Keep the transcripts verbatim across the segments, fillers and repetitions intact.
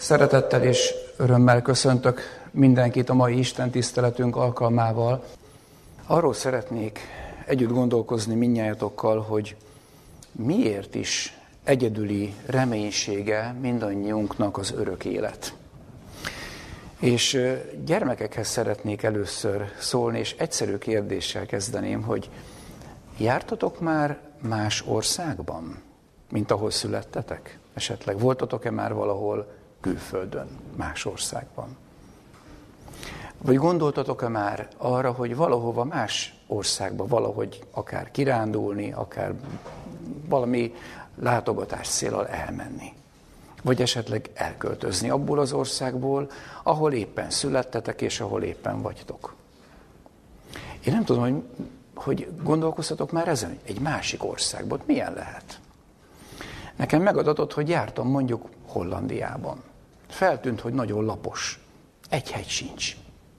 Szeretettel és örömmel köszöntök mindenkit a mai Isten tiszteletünk alkalmával. Arról szeretnék együtt gondolkozni mindnyájatokkal, hogy miért is egyedüli reménysége mindannyiunknak az örök élet. És gyermekekhez szeretnék először szólni, és egyszerű kérdéssel kezdeném, hogy jártatok már más országban, mint ahol születtetek? Esetleg voltatok-e már valahol külföldön, más országban? Vagy gondoltatok-e már arra, hogy valahova más országba, valahogy akár kirándulni, akár valami látogatás céllal elmenni? Vagy esetleg elköltözni abból az országból, ahol éppen születtetek és ahol éppen vagytok? Én nem tudom, hogy, hogy gondolkoztatok már ezen, egy másik országban, milyen lehet? Nekem megadatott, hogy jártam mondjuk Hollandiában. Feltűnt, hogy nagyon lapos. Egy hegy sincs.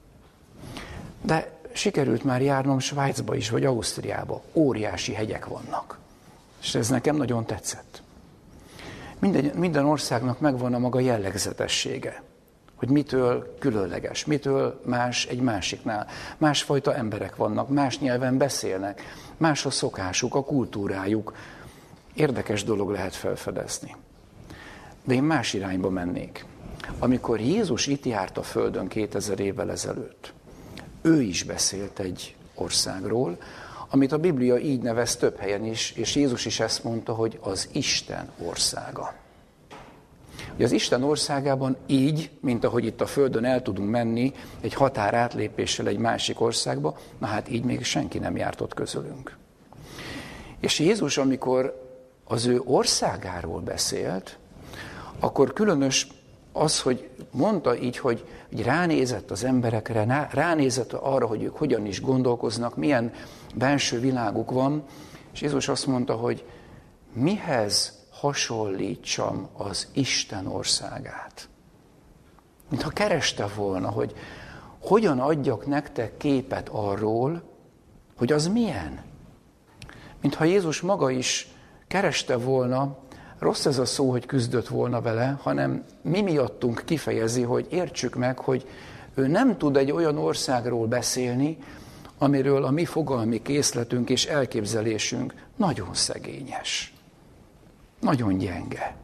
De sikerült már járnom Svájcba is, vagy Ausztriába. Óriási hegyek vannak. És ez nekem nagyon tetszett. Minden, minden országnak megvan a maga jellegzetessége. Hogy mitől különleges, mitől más egy másiknál. Másfajta emberek vannak, más nyelven beszélnek, más a szokásuk, a kultúrájuk. Érdekes dolog lehet felfedezni. De én más irányba mennék. Amikor Jézus itt járt a földön kétezer évvel ezelőtt, ő is beszélt egy országról, amit a Biblia így nevez több helyen is, és Jézus is ezt mondta, hogy az Isten országa. Ugye az Isten országában így, mint ahogy itt a földön el tudunk menni egy határ átlépéssel egy másik országba, na hát így még senki nem járt ott közülünk. És Jézus, amikor az ő országáról beszélt, akkor különös az, hogy mondta így, hogy, hogy ránézett az emberekre, ránézett arra, hogy ők hogyan is gondolkoznak, milyen belső világuk van, és Jézus azt mondta, hogy mihez hasonlítsam az Isten országát. Mintha kereste volna, hogy hogyan adjak nektek képet arról, hogy az milyen. Mintha Jézus maga is kereste volna, rossz ez a szó, hogy küzdött volna vele, hanem mi miattunk kifejezi, hogy értsük meg, hogy ő nem tud egy olyan országról beszélni, amiről a mi fogalmi készletünk és elképzelésünk nagyon szegényes, nagyon gyenge.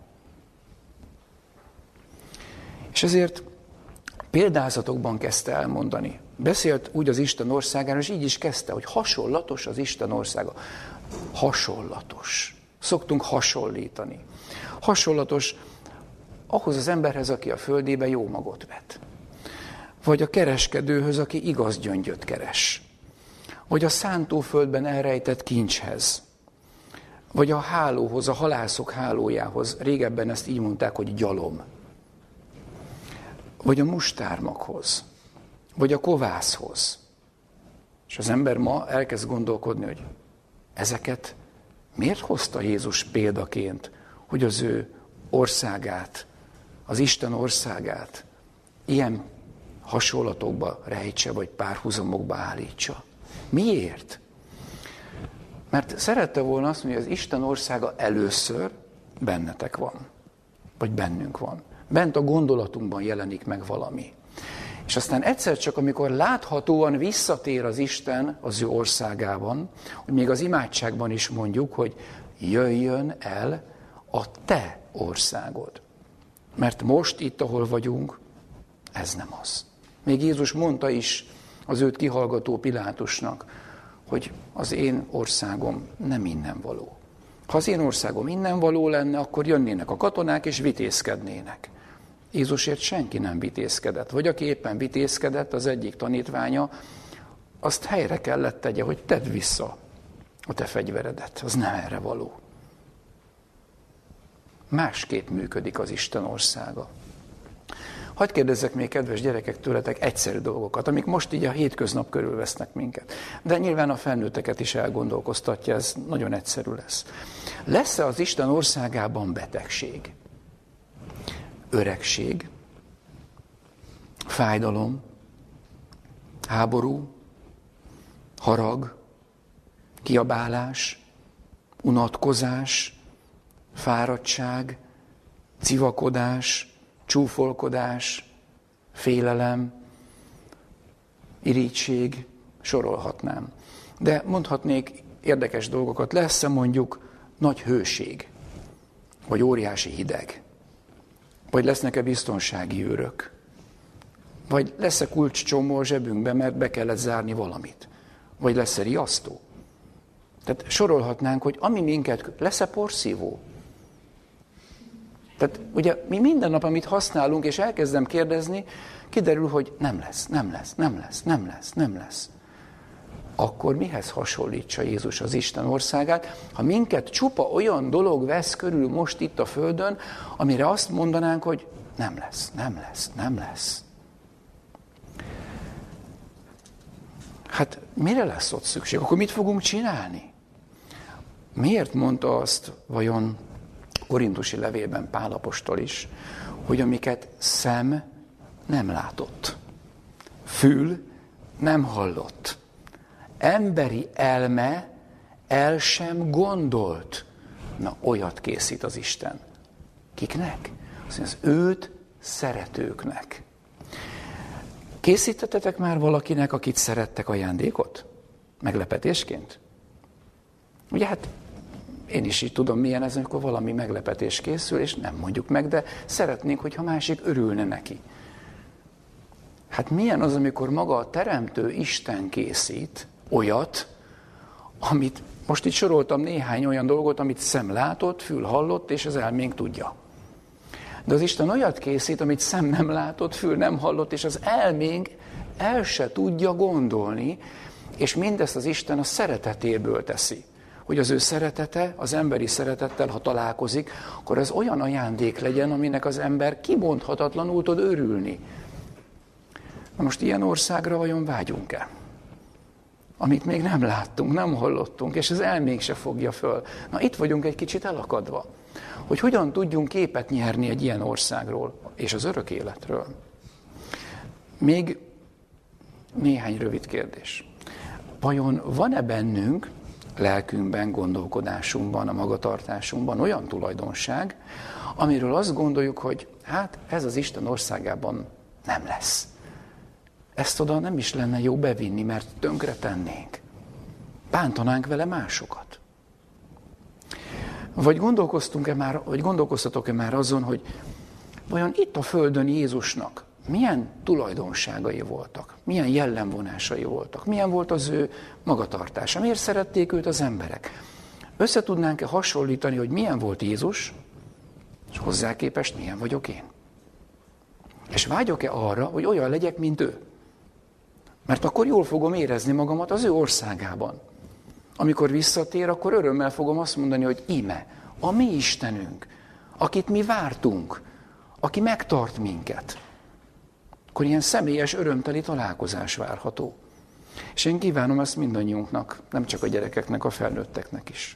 És ezért példázatokban kezdte elmondani. Beszélt úgy az Isten országáról, és így is kezdte, hogy hasonlatos az Isten országa. Hasonlatos. Szoktunk hasonlítani. Hasonlatos ahhoz az emberhez, aki a földébe jó magot vet. Vagy a kereskedőhöz, aki igaz gyöngyöt keres. Vagy a szántóföldben elrejtett kincshez. Vagy a hálóhoz, a halászok hálójához. Régebben ezt így mondták, hogy gyalom. Vagy a mustármaghoz. Vagy a kovászhoz. És az ember ma elkezd gondolkodni, hogy ezeket miért hozta Jézus példaként, hogy az ő országát, az Isten országát ilyen hasonlatokba rejtse, vagy párhuzamokba állítsa? Miért? Mert szerette volna azt mondani, hogy az Isten országa először bennetek van, vagy bennünk van. Bent a gondolatunkban jelenik meg valami. És aztán egyszer csak, amikor láthatóan visszatér az Isten az ő országában, hogy még az imádságban is mondjuk, hogy jöjjön el a te országod. Mert most itt, ahol vagyunk, ez nem az. Még Jézus mondta is az őt kihallgató Pilátusnak, hogy az én országom nem innen való. Ha az én országom innen való lenne, akkor jönnének a katonák és vitézkednének. Jézusért senki nem vitézkedett. Vagy aki éppen vitézkedett, az egyik tanítványa, azt helyre kellett tegye, hogy tedd vissza a te fegyveredet. Az nem erre való. Másképp működik az Isten országa. Hadd kérdezzek még, kedves gyerekek, tőletek egyszerű dolgokat, amik most így a hétköznap körülvesznek minket. De nyilván a felnőtteket is elgondolkoztatja, ez nagyon egyszerű lesz. Lesz-e az Isten országában betegség? Öregség, fájdalom, háború, harag, kiabálás, unatkozás, fáradtság, civakodás, csúfolkodás, félelem, irigység, sorolhatnám. De mondhatnék érdekes dolgokat. Lesz-e mondjuk nagy hőség, vagy óriási hideg, vagy lesznek-e biztonsági őrök, vagy lesz-e kulcscsomó a zsebünkbe, mert be kellett zárni valamit, vagy lesz-e riasztó. Tehát sorolhatnánk, hogy ami minket, lesz-e porszívó. Tehát ugye mi minden nap, amit használunk, és elkezdem kérdezni, kiderül, hogy nem lesz, nem lesz, nem lesz, nem lesz, nem lesz. Akkor mihez hasonlítsa Jézus az Isten országát, ha minket csupa olyan dolog vesz körül most itt a Földön, amire azt mondanánk, hogy nem lesz, nem lesz, nem lesz. Hát mire lesz ott szükség? Akkor mit fogunk csinálni? Miért mondta azt vajon korintusi levélben Pál apostol is, hogy amiket szem nem látott, fül nem hallott, emberi elme el sem gondolt. Na, olyat készít az Isten. Kiknek? Az őt szeretőknek. Készítettetek már valakinek, akit szerettek, ajándékot? Meglepetésként? Ugye hát én is így tudom, milyen ez, amikor valami meglepetés készül, és nem mondjuk meg, de szeretnénk, hogyha másik örülne neki. Hát milyen az, amikor maga a teremtő Isten készít olyat, amit most itt soroltam néhány olyan dolgot, amit szem látott, fül hallott, és az elménk tudja. De az Isten olyat készít, amit szem nem látott, fül nem hallott, és az elménk el se tudja gondolni, és mindezt az Isten a szeretetéből teszi. Hogy az ő szeretete, az emberi szeretettel, ha találkozik, akkor ez olyan ajándék legyen, aminek az ember kibonthatatlanul tud örülni. Na most ilyen országra vajon vágyunk-e? Amit még nem láttunk, nem hallottunk, és az elménk se fogja föl. Na itt vagyunk egy kicsit elakadva. Hogy hogyan tudjunk képet nyerni egy ilyen országról, és az örök életről. Még néhány rövid kérdés. Vajon van-e bennünk, lelkünkben, gondolkodásunkban, a magatartásunkban olyan tulajdonság, amiről azt gondoljuk, hogy hát ez az Isten országában nem lesz. Ezt oda nem is lenne jó bevinni, mert tönkre tennénk. Bántanánk vele másokat. Vagy gondolkoztunk-e már, vagy gondolkoztatok-e már azon, hogy vajon itt a Földön Jézusnak milyen tulajdonságai voltak, milyen jellemvonásai voltak, milyen volt az ő magatartása, miért szerették őt az emberek. Össze tudnánk-e hasonlítani, hogy milyen volt Jézus, és hozzá képest milyen vagyok én? És vágyok-e arra, hogy olyan legyek, mint ő? Mert akkor jól fogom érezni magamat az ő országában. Amikor visszatér, akkor örömmel fogom azt mondani, hogy íme, a mi Istenünk, akit mi vártunk, aki megtart minket. Akkor ilyen személyes, örömteli találkozás várható. És én kívánom ezt mindannyiunknak, nem csak a gyerekeknek, a felnőtteknek is.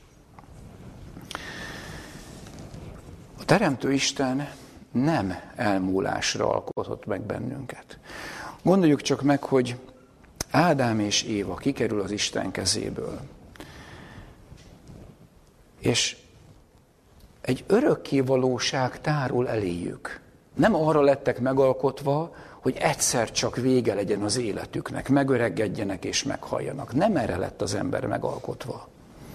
A Teremtő Isten nem elmúlásra alkotott meg bennünket. Gondoljuk csak meg, hogy Ádám és Éva kikerül az Isten kezéből. És egy örökkévalóság tárul eléjük. Nem arra lettek megalkotva, hogy egyszer csak vége legyen az életüknek, megöregedjenek és meghalljanak. Nem erre lett az ember megalkotva.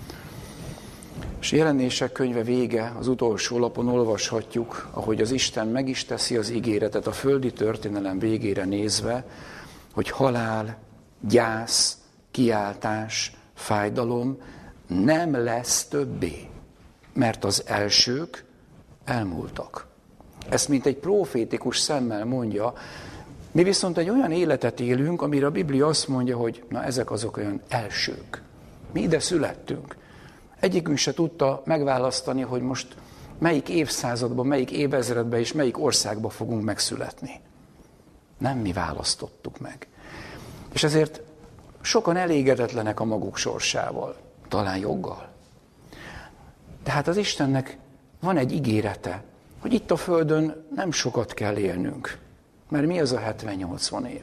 És Jelenések könyve vége, az utolsó lapon olvashatjuk, ahogy az Isten meg is teszi az ígéretet a földi történelem végére nézve, hogy halál, gyász, kiáltás, fájdalom nem lesz többé, mert az elsők elmúltak. Ezt mint egy profétikus szemmel mondja, mi viszont egy olyan életet élünk, amire a Biblia azt mondja, hogy na ezek azok olyan elsők. Mi ide születtünk. Egyikünk se tudta megválasztani, hogy most melyik évszázadban, melyik évezredben és melyik országban fogunk megszületni. Nem mi választottuk meg. És ezért sokan elégedetlenek a maguk sorsával, talán joggal. De hát az Istennek van egy ígérete, hogy itt a Földön nem sokat kell élnünk. Mert mi az a hetven-nyolcvan év?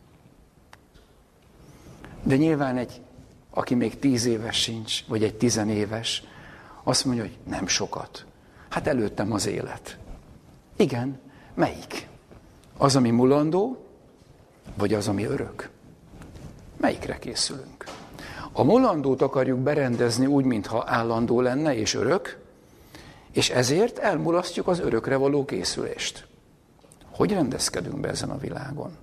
De nyilván egy, aki még tíz éves sincs, vagy egy tizenéves, azt mondja, hogy nem sokat. Hát előttem az élet. Igen, Melyik? Az, ami mulandó, vagy az, ami örök? Melyikre készülünk? A mulandót akarjuk berendezni úgy, mintha állandó lenne és örök, és ezért elmulasztjuk az örökre való készülést. Hogy rendezkedünk be ezen a világon?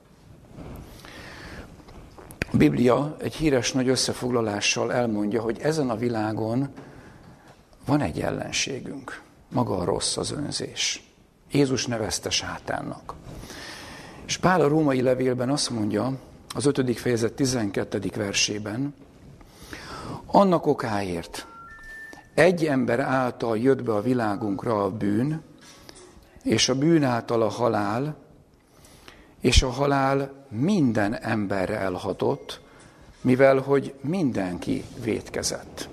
A Biblia egy híres nagy összefoglalással elmondja, hogy ezen a világon van egy ellenségünk. Maga a rossz, az önzés. Jézus nevezte sátánnak. És Pál a római levélben azt mondja, az ötödik fejezet tizenkettedik versében, annak okáért egy ember által jött be a világunkra a bűn, és a bűn által a halál, és a halál minden emberre elhatott, mivel hogy mindenki vétkezett.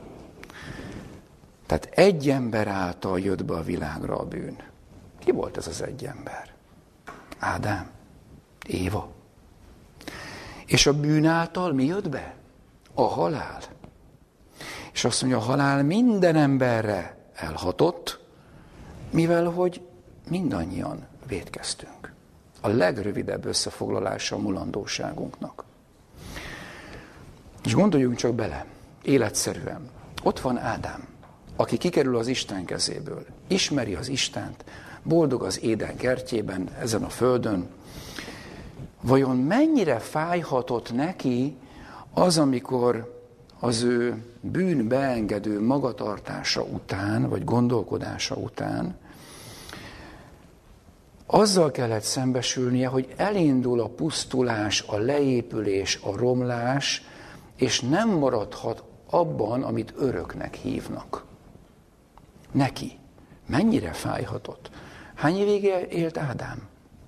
Tehát egy ember által jött be a világra a bűn. Ki volt ez az egy ember? Ádám, Éva. És a bűn által mi jött be? A halál. És azt mondja, a halál minden emberre elhatott, mivel hogy mindannyian vétkeztünk. A legrövidebb összefoglalása a mulandóságunknak. És gondoljunk csak bele, életszerűen. Ott van Ádám, aki kikerül az Isten kezéből, ismeri az Istent, boldog az Éden kertjében, ezen a földön. Vajon mennyire fájhatott neki az, amikor az ő bűn beengedő magatartása után, vagy gondolkodása után, azzal kellett szembesülnie, hogy elindul a pusztulás, a leépülés, a romlás, és nem maradhat abban, amit öröknek hívnak. Neki. Mennyire fájhatott? Hány évig élt Ádám?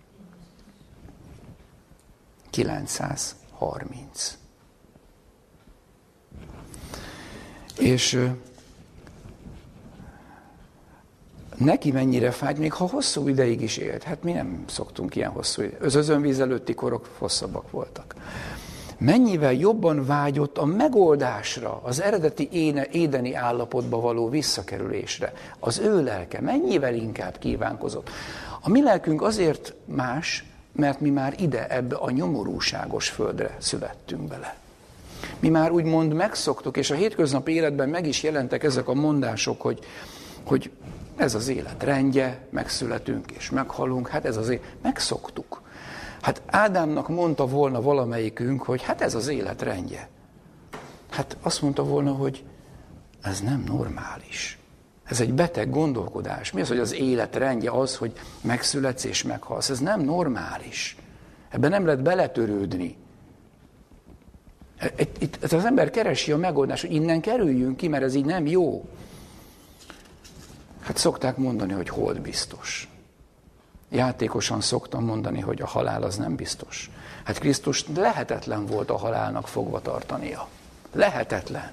kilencszázharminc. És neki mennyire fájt, még ha hosszú ideig is élt. Hát mi nem szoktunk ilyen hosszú ideig. Az özönvíz előtti korok hosszabbak voltak. Mennyivel jobban vágyott a megoldásra, az eredeti éne, édeni állapotba való visszakerülésre. Az ő lelke mennyivel inkább kívánkozott. A mi lelkünk azért más, mert mi már ide, ebbe a nyomorúságos földre születtünk bele. Mi már úgymond megszoktuk, és a hétköznapi életben meg is jelentek ezek a mondások, hogy, hogy ez az élet rendje, megszületünk és meghalunk, hát ez az élet, megszoktuk. Hát Ádámnak mondta volna valamelyikünk, hogy hát ez az élet rendje. Hát azt mondta volna, hogy ez nem normális. Ez egy beteg gondolkodás. Mi az, hogy az élet rendje az, hogy megszületsz és meghalsz? Ez nem normális. Ebben nem lehet beletörődni. Itt az ember keresi a megoldást, hogy innen kerüljünk ki, mert ez így nem jó. Hát szokták mondani, hogy hold biztos. Játékosan szoktam mondani, hogy a halál az nem biztos. Hát Krisztus lehetetlen volt a halálnak fogva tartania. Lehetetlen.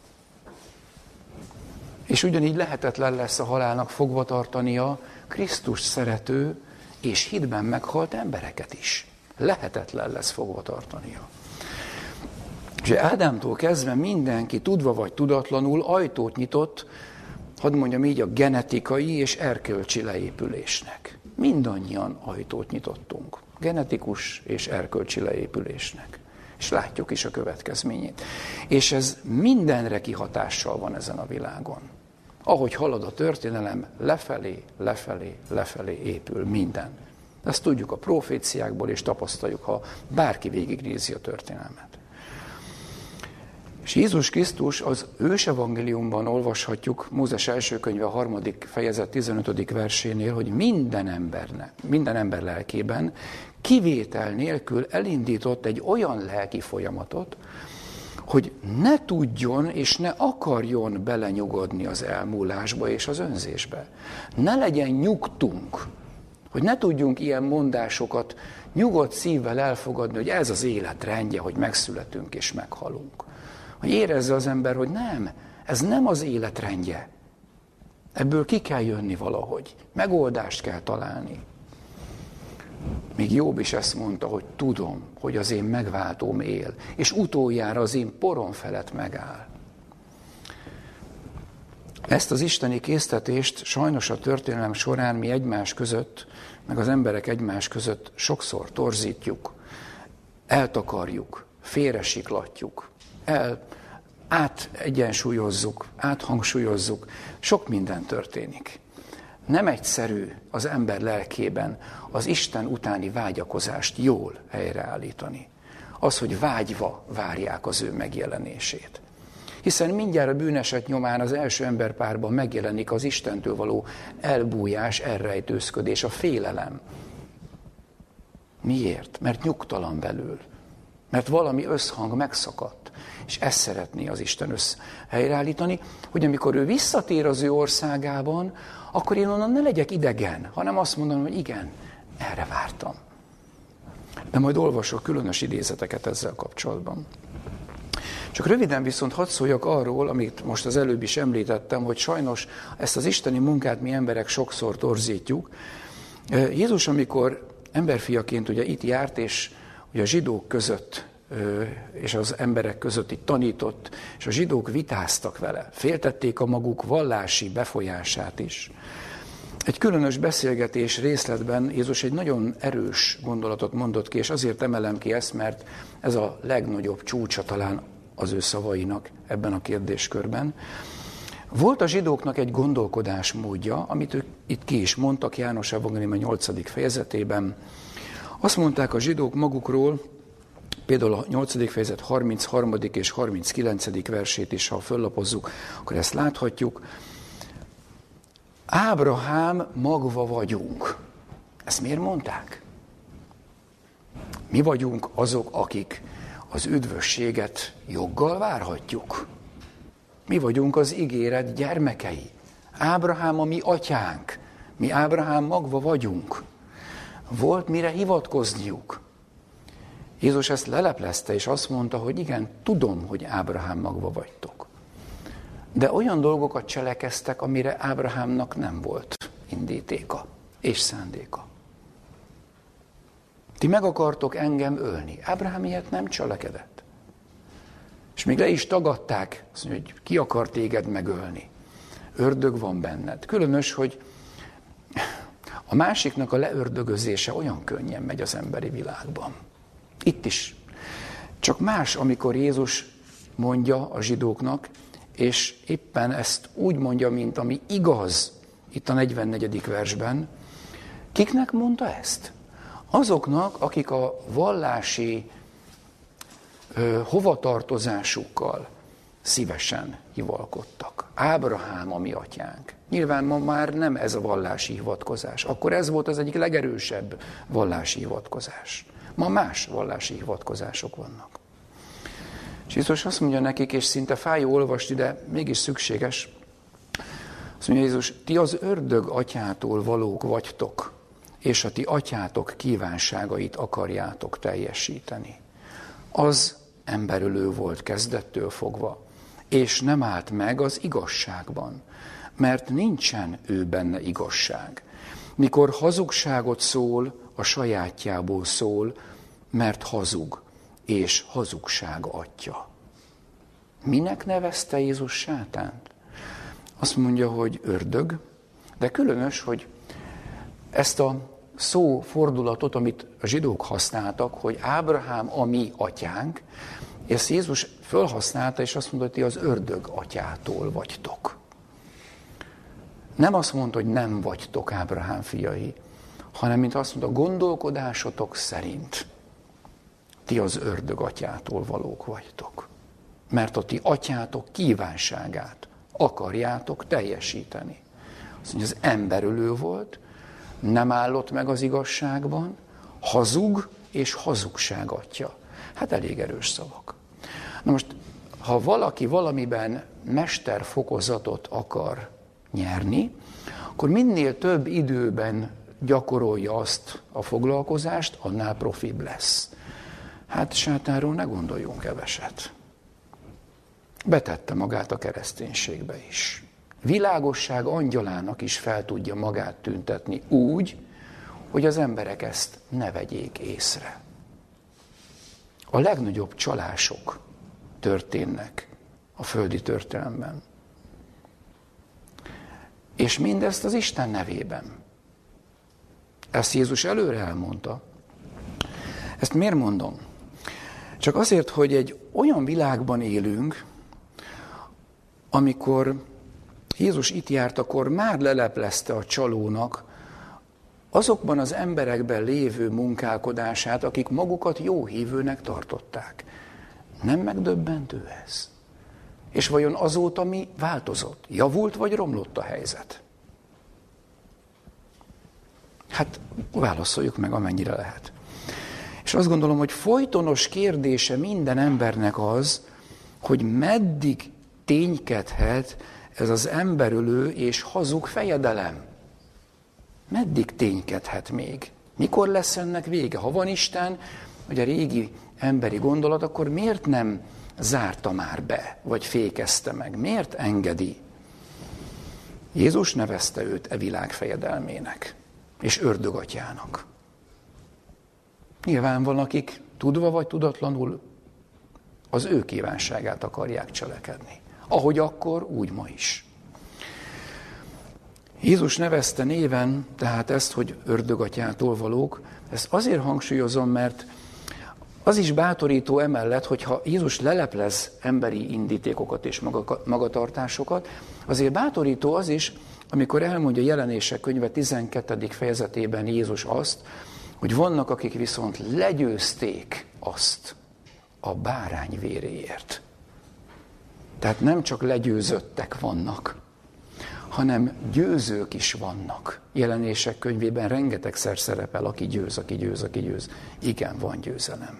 És ugyanígy lehetetlen lesz a halálnak fogva tartania Krisztus szerető és hitben meghalt embereket is. Lehetetlen lesz fogva tartania. És Ádámtól kezdve mindenki tudva vagy tudatlanul ajtót nyitott, hadd mondjam így, a genetikai és erkölcsi leépülésnek. Mindannyian ajtót nyitottunk. Genetikus és erkölcsi leépülésnek. És látjuk is a következményét. És ez mindenre kihatással van ezen a világon. Ahogy halad a történelem, lefelé, lefelé, lefelé épül minden. Ezt tudjuk a proféciákból, és tapasztaljuk, ha bárki végignézi a történelmet. És Jézus Krisztus az ősevangéliumban olvashatjuk, Mózes első könyve a harmadik fejezet tizenötödik versénél, hogy minden embernek, minden ember lelkében kivétel nélkül elindított egy olyan lelki folyamatot, hogy ne tudjon és ne akarjon belenyugodni az elmúlásba és az önzésbe. Ne legyen nyugtunk, hogy ne tudjunk ilyen mondásokat nyugodt szívvel elfogadni, hogy ez az élet rendje, hogy megszületünk és meghalunk. Hogy érezze az ember, hogy nem, ez nem az élet rendje. Ebből ki kell jönni valahogy. Megoldást kell találni. Még Jobb is ezt mondta, hogy tudom, hogy az én megváltóm él, és utoljára az én porom felett megáll. Ezt az isteni késztetést sajnos a történelem során mi egymás között, meg az emberek egymás között sokszor torzítjuk, eltakarjuk, félresiklatjuk, el, átegyensúlyozzuk, áthangsúlyozzuk, sok minden történik. Nem egyszerű az ember lelkében az Isten utáni vágyakozást jól helyreállítani. Az, hogy vágyva várják az ő megjelenését. Hiszen mindjárt a bűneset nyomán az első emberpárban megjelenik az Istentől való elbújás, elrejtőzködés, a félelem. Miért? Mert nyugtalan belül. Mert valami összhang megszakadt. És ezt szeretné az Isten össze helyreállítani, hogy amikor ő visszatér az ő országában, akkor én onnan ne legyek idegen, hanem azt mondom, hogy igen, erre vártam. De majd olvasok különös idézeteket ezzel kapcsolatban. Csak röviden viszont hadd szóljak arról, amit most az előbb is említettem, hogy sajnos ezt az isteni munkát mi emberek sokszor torzítjuk. Jézus, amikor emberfiaként ugye itt járt, és ugye a zsidók között és az emberek között itt tanított, és a zsidók vitáztak vele, féltették a maguk vallási befolyását is. Egy különös beszélgetés részletben Jézus egy nagyon erős gondolatot mondott ki, és azért emelem ki ezt, mert ez a legnagyobb csúcsa talán az ő szavainak ebben a kérdéskörben. Volt a zsidóknak egy gondolkodásmódja, amit ők itt ki is mondtak János evangélium a nyolcadik fejezetében. Azt mondták a zsidók magukról, például a nyolcadik fejezet harmincharmadik és harminckilencedik versét is, ha föllapozzuk, akkor ezt láthatjuk. Ábrahám magva vagyunk. Ezt miért mondták? Mi vagyunk azok, akik az üdvösséget joggal várhatjuk. Mi vagyunk az ígéret gyermekei. Ábrahám a mi atyánk. Mi Ábrahám magva vagyunk. Volt mire hivatkozniuk. Jézus ezt leleplezte, és azt mondta, hogy igen, tudom, hogy Ábrahám magva vagytok. De olyan dolgokat cselekeztek, amire Ábrahámnak nem volt indítéka és szándéka. Ti meg akartok engem ölni. Ábrahám ilyet nem cselekedett. És még le is tagadták, azt mondja, hogy ki akar téged megölni. Ördög van benned. Különös, hogy a másiknak a leördögözése olyan könnyen megy az emberi világban. Itt is. Csak más, amikor Jézus mondja a zsidóknak, és éppen ezt úgy mondja, mint ami igaz, itt a negyvennegyedik versben. Kiknek mondta ezt? Azoknak, akik a vallási ö, hovatartozásukkal szívesen hivalkodtak. Ábrahám a mi atyánk. Nyilván ma már nem ez a vallási hivatkozás. Akkor ez volt az egyik legerősebb vallási hivatkozás. Ma más vallási hivatkozások vannak. És Jézus azt mondja nekik, és szinte fájó olvasni, de mégis szükséges. Azt mondja Jézus, ti az ördög atyától valók vagytok, és a ti atyátok kívánságait akarjátok teljesíteni. Az emberölő volt kezdettől fogva, és nem állt meg az igazságban, mert nincsen ő benne igazság. Mikor hazugságot szól, a sajátjából szól, mert hazug, és hazugság atya. Minek nevezte Jézus sátánt? Azt mondja, hogy ördög, de különös, hogy ezt a szó fordulatot, amit a zsidók használtak, hogy Ábrahám a mi atyánk, ezt Jézus felhasználta, és azt mondta, hogy ti az ördög atyától vagytok. Nem azt mondta, hogy nem vagytok Ábrahám fiai, hanem mint azt mondta, gondolkodásotok szerint ti az ördög atyától valók vagytok. Mert a ti atyátok kívánságát akarjátok teljesíteni. Azt mondja, az emberölő volt, nem állott meg az igazságban, hazug és hazugság atya. Hát elég erős szavak. Na most, ha valaki valamiben mesterfokozatot akar nyerni, akkor minél több időben gyakorolja azt a foglalkozást, annál profibb lesz. Hát sátánról ne gondoljunk keveset. Betette magát a kereszténységbe is. Világosság angyalának is fel tudja magát tüntetni úgy, hogy az emberek ezt ne vegyék észre. A legnagyobb csalások történnek a földi történelemben. És mindezt az Isten nevében. Ezt Jézus előre elmondta. Ezt miért mondom? Csak azért, hogy egy olyan világban élünk, amikor Jézus itt járt, akkor már leleplezte a csalónak azokban az emberekben lévő munkálkodását, akik magukat jó hívőnek tartották. Nem megdöbbentő ez? És vajon azóta mi változott? Javult vagy romlott a helyzet? Hát válaszoljuk meg, amennyire lehet. És azt gondolom, hogy folytonos kérdése minden embernek az, hogy meddig ténykedhet ez az emberölő és hazug fejedelem. Meddig ténykedhet még? Mikor lesz ennek vége? Ha van Isten, vagy a régi emberi gondolat, akkor miért nem zárta már be, vagy fékezte meg? Miért engedi? Jézus nevezte őt e világ fejedelmének, és ördögatyának. Nyilván van, akik tudva vagy tudatlanul az ő kívánságát akarják cselekedni. Ahogy akkor, úgy ma is. Jézus nevezte néven, tehát ezt, hogy ördögatyától valók, ezt azért hangsúlyozom, mert az is bátorító emellett, hogyha Jézus leleplez emberi indítékokat és magatartásokat, azért bátorító az is, amikor elmondja Jelenések könyve tizenkettedik fejezetében Jézus azt, hogy vannak, akik viszont legyőzték azt a bárány véréért. Tehát nem csak legyőzöttek vannak, hanem győzők is vannak. Jelenések könyvében rengetegszer szerepel, aki győz, aki győz, aki győz. Igen, van győzelem.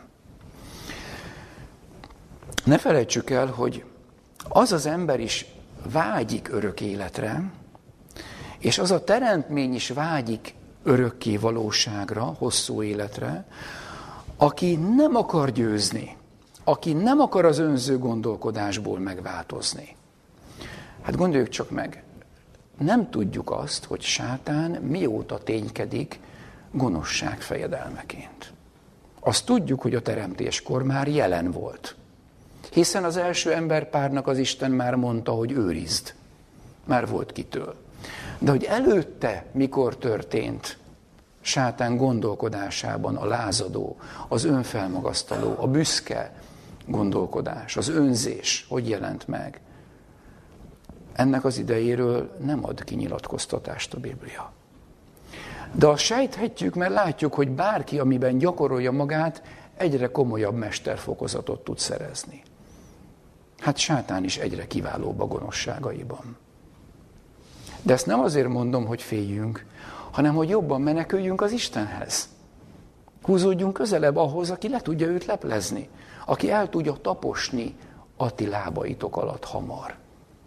Ne felejtsük el, hogy az az ember is vágyik örök életre, és az a teremtmény is vágyik örökké valóságra, hosszú életre, aki nem akar győzni, aki nem akar az önző gondolkodásból megváltozni. Hát gondoljuk csak meg, nem tudjuk azt, hogy sátán mióta ténykedik gonoszság fejedelmeként. Azt tudjuk, hogy a teremtéskor már jelen volt. Hiszen az első emberpárnak az Isten már mondta, hogy őrizd. Már volt kitől. De hogy előtte mikor történt sátán gondolkodásában a lázadó, az önfelmagasztaló, a büszke gondolkodás, az önzés, hogy jelent meg? Ennek az idejéről nem ad kinyilatkoztatást a Biblia. De azt sejthetjük, mert látjuk, hogy bárki, amiben gyakorolja magát, egyre komolyabb mesterfokozatot tud szerezni. Hát sátán is egyre kiválóbb a gonoszságaiban. De ezt nem azért mondom, hogy féljünk, hanem hogy jobban meneküljünk az Istenhez. Húzódjunk közelebb ahhoz, aki le tudja őt leplezni, aki el tudja taposni a ti lábaitok alatt hamar.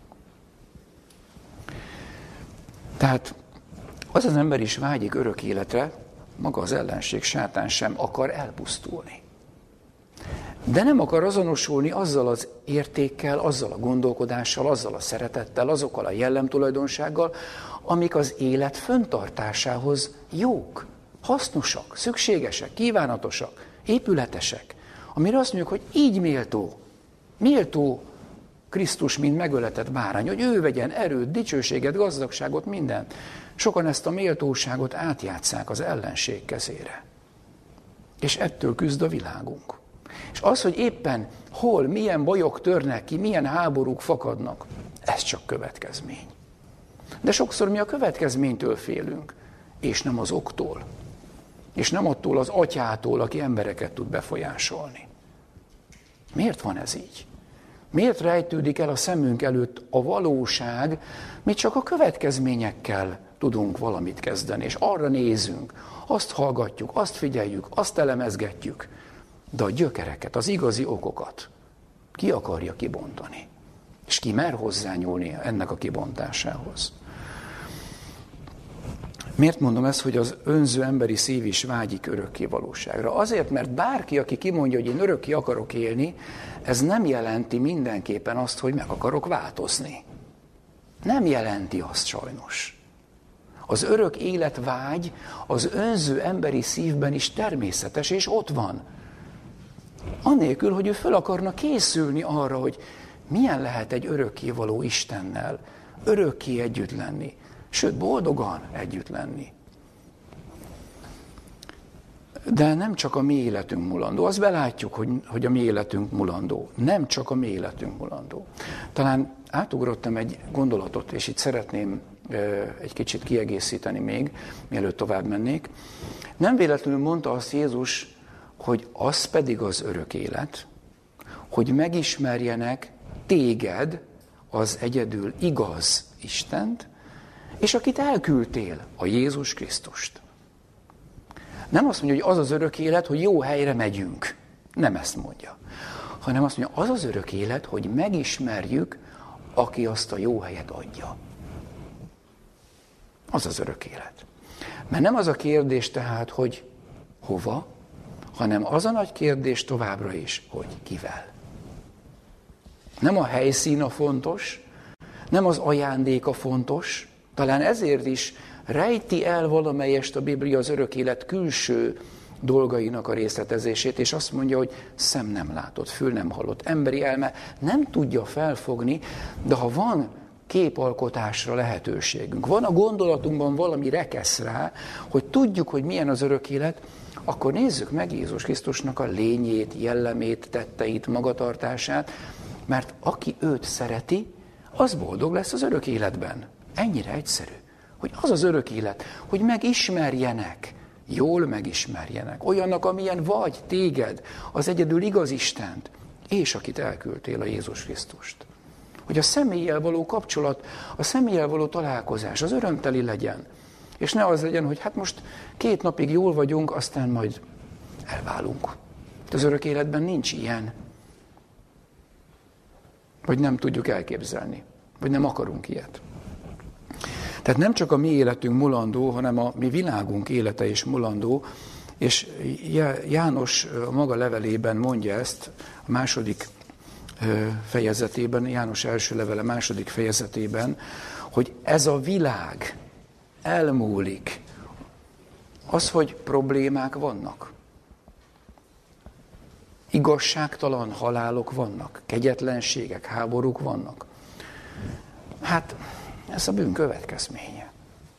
Tehát az az ember is vágyik örök életre, maga az ellenség, sátán sem akar elpusztulni. De nem akar azonosulni azzal az értékkel, azzal a gondolkodással, azzal a szeretettel, azokkal a jellemtulajdonsággal, amik az élet fenntartásához jók, hasznosak, szükségesek, kívánatosak, épületesek. Amire azt mondjuk, hogy így méltó, méltó Krisztus, mint megöletett bárány, hogy ő vegyen erőt, dicsőséget, gazdagságot, mindent. Sokan ezt a méltóságot átjátsszák az ellenség kezére. És ettől küzd a világunk. És az, hogy éppen hol, milyen bajok törnek ki, milyen háborúk fakadnak, ez csak következmény. De sokszor mi a következménytől félünk, és nem az októl. És nem attól az atyától, aki embereket tud befolyásolni. Miért van ez így? Miért rejtődik el a szemünk előtt a valóság, mi csak a következményekkel tudunk valamit kezdeni, és arra nézünk, azt hallgatjuk, azt figyeljük, azt elemezgetjük, de a gyökereket, az igazi okokat ki akarja kibontani? És ki mer hozzányúlni ennek a kibontásához? Miért mondom ezt, hogy az önző emberi szív is vágyik örökké valóságra? Azért, mert bárki, aki kimondja, hogy én örökké akarok élni, ez nem jelenti mindenképpen azt, hogy meg akarok változni. Nem jelenti azt sajnos. Az örök életvágy az önző emberi szívben is természetes, és ott van. Annélkül, hogy ő föl akarna készülni arra, hogy milyen lehet egy örökkévaló Istennel, örökké együtt lenni, Sőt, boldogan együtt lenni. De nem csak a mi életünk mulandó. Azt belátjuk, hogy, hogy a mi életünk mulandó. Nem csak a mi életünk mulandó. Talán átugrottam egy gondolatot, és itt szeretném egy kicsit kiegészíteni még, mielőtt tovább mennék. Nem véletlenül mondta azt Jézus, hogy az pedig az örök élet, hogy megismerjenek téged, az egyedül igaz Istent, és akit elküldtél, a Jézus Krisztust. Nem azt mondja, hogy az az örök élet, hogy jó helyre megyünk. Nem ezt mondja. Hanem azt mondja, az az örök élet, hogy megismerjük, aki azt a jó helyet adja. Az az örök élet. Mert nem az a kérdés tehát, hogy hova, hanem az a nagy kérdés továbbra is, hogy kivel. Nem a helyszín a fontos, nem az ajándék a fontos, talán ezért is rejti el valamelyest a Biblia az örök élet külső dolgainak a részletezését, és azt mondja, hogy szem nem látott, fül nem hallott, emberi elme nem tudja felfogni, de ha van képalkotásra lehetőségünk, van a gondolatunkban valami rekesz rá, hogy tudjuk, hogy milyen az örök élet, akkor nézzük meg Jézus Krisztusnak a lényét, jellemét, tetteit, magatartását, mert aki őt szereti, az boldog lesz az örök életben. Ennyire egyszerű, hogy az az örök élet, hogy megismerjenek, jól megismerjenek, olyannak, amilyen vagy téged, az egyedül igaz Istent, és akit elküldtél, a Jézus Krisztust. Hogy a személlyel való kapcsolat, a személlyel való találkozás, az örömteli legyen. És ne az legyen, hogy hát most két napig jól vagyunk, aztán majd elválunk. Az örök életben nincs ilyen. Vagy nem tudjuk elképzelni. Vagy nem akarunk ilyet. Tehát nem csak a mi életünk mulandó, hanem a mi világunk élete is mulandó, és János a maga levelében mondja ezt, a második fejezetében, János első levele második fejezetében, hogy ez a világ elmúlik. Az, hogy problémák vannak. Igazságtalan halálok vannak, kegyetlenségek, háborúk vannak. Hát ez a bűn következménye.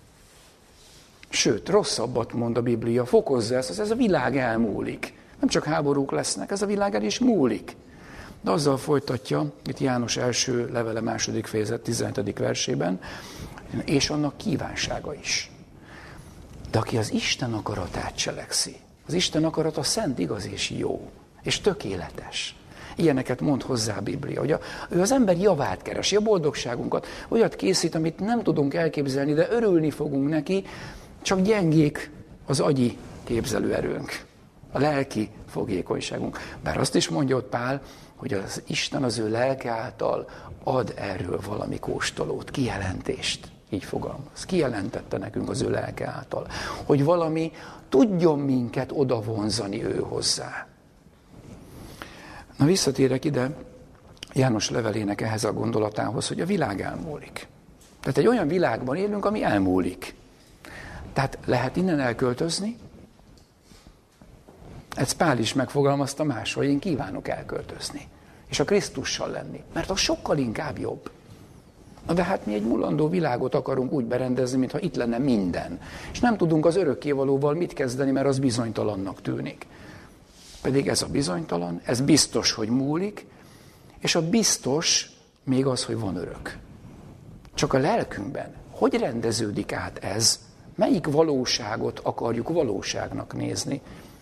Sőt, rosszabbat mond a Biblia, fokozza ezt, hogy ez a világ elmúlik. Nem csak háborúk lesznek, ez a világ el is múlik. De azzal folytatja, itt János első levele második fejezet tizenhetedik versében, és annak kívánsága is. De aki az Isten akaratát cselekszi, az Isten akarata szent, igaz és jó, és tökéletes. Ilyeneket mond hozzá a Biblia, hogy a, ő az ember javát keresi, a boldogságunkat, olyat készít, amit nem tudunk elképzelni, de örülni fogunk neki, csak gyengék az agyi képzelőerőnk, a lelki fogékonyságunk. Bár azt is mondja ott Pál, hogy az Isten az ő lelke által ad erről valami kóstolót, kijelentést, így fogalmaz. Kijelentette nekünk az ő lelke által, hogy valami tudjon minket odavonzani ő hozzá. Na visszatérek ide János levelének ehhez a gondolatához, hogy a világ elmúlik. Tehát egy olyan világban élünk, ami elmúlik. Tehát lehet innen elköltözni? Ez Pál is megfogalmazta máshol, én kívánok elköltözni. És a Krisztussal lenni. Mert az sokkal inkább jobb. Na de hát mi egy mulandó világot akarunk úgy berendezni, mintha itt lenne minden. És nem tudunk az örökkévalóval mit kezdeni, mert az bizonytalannak tűnik. Pedig ez a bizonytalan, ez biztos, hogy múlik, és a biztos még az, hogy van örök. Csak a lelkünkben hogy rendeződik át ez? Melyik valóságot akarjuk valóságnak nézni?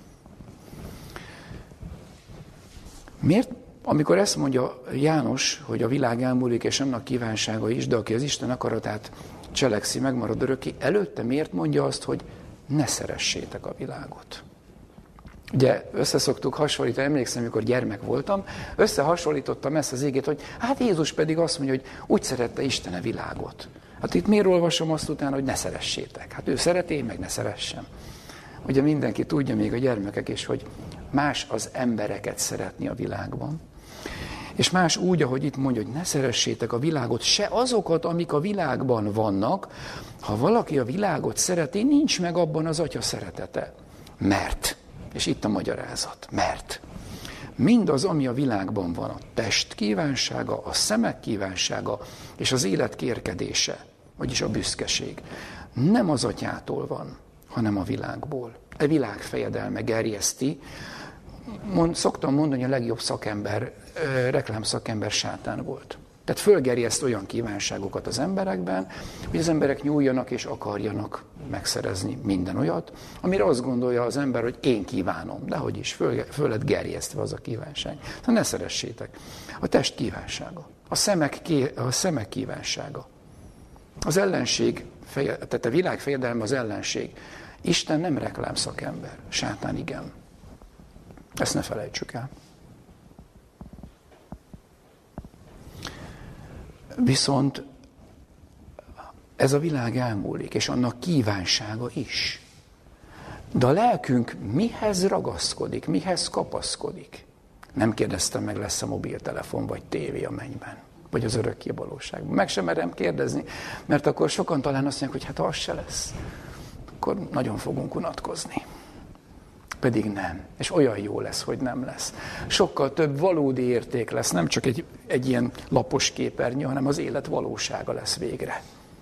Miért? Amikor ezt mondja János, hogy a világ elmúlik, és annak kívánsága is, de aki az Isten akaratát cselekszi, megmarad örökké, előtte miért mondja azt, hogy ne szeressétek a világot? Ugye összeszoktuk hasonlítani, emlékszem, amikor gyermek voltam, összehasonlítottam ezt az igét, hogy hát Jézus pedig azt mondja, hogy úgy szerette Isten a világot. Hát itt miért olvasom azt utána, hogy ne szeressétek? Hát ő szereti, én meg ne szeressem. Ugye mindenki tudja, még a gyermekek is, hogy más az embereket szeretni a világban. És más úgy, ahogy itt mondja, hogy ne szeressétek a világot, se azokat, amik a világban vannak. Ha valaki a világot szereti, nincs meg abban az Atya szeretete. Mert, és itt a magyarázat, mert mindaz, ami a világban van, a test kívánsága, a szemek kívánsága és az élet kérkedése, vagyis a büszkeség, nem az atyától van, hanem a világból. A világ fejedelme gerjeszti. Mond, szoktam mondani, hogy a legjobb szakember, reklámszakember sátán volt. Tehát fölgerjeszt olyan kívánságokat az emberekben, hogy az emberek nyúljanak és akarjanak megszerezni minden olyat, amire azt gondolja az ember, hogy én kívánom, de hogy is, föl, föl lett gerjesztve az a kívánság. Tehát ne szeressétek. A test kívánsága, a szemek, a szemek kívánsága, az ellenség, feje, tehát a világ fejedelme az ellenség. Isten nem reklámszakember, sátán igen. Ezt ne felejtsük el. Viszont ez a világ elmúlik, és annak kívánsága is. De a lelkünk mihez ragaszkodik, mihez kapaszkodik? Nem kérdeztem meg, lesz a mobiltelefon vagy tévé a mennyben, vagy az örökké valóságban. Meg sem merem kérdezni, mert akkor sokan talán azt mondják, hogy hát az se lesz. Akkor nagyon fogunk unatkozni. Pedig nem. És olyan jó lesz, hogy nem lesz. Sokkal több valódi érték lesz, nem csak egy, egy ilyen lapos képernyő, hanem az élet valósága lesz végre.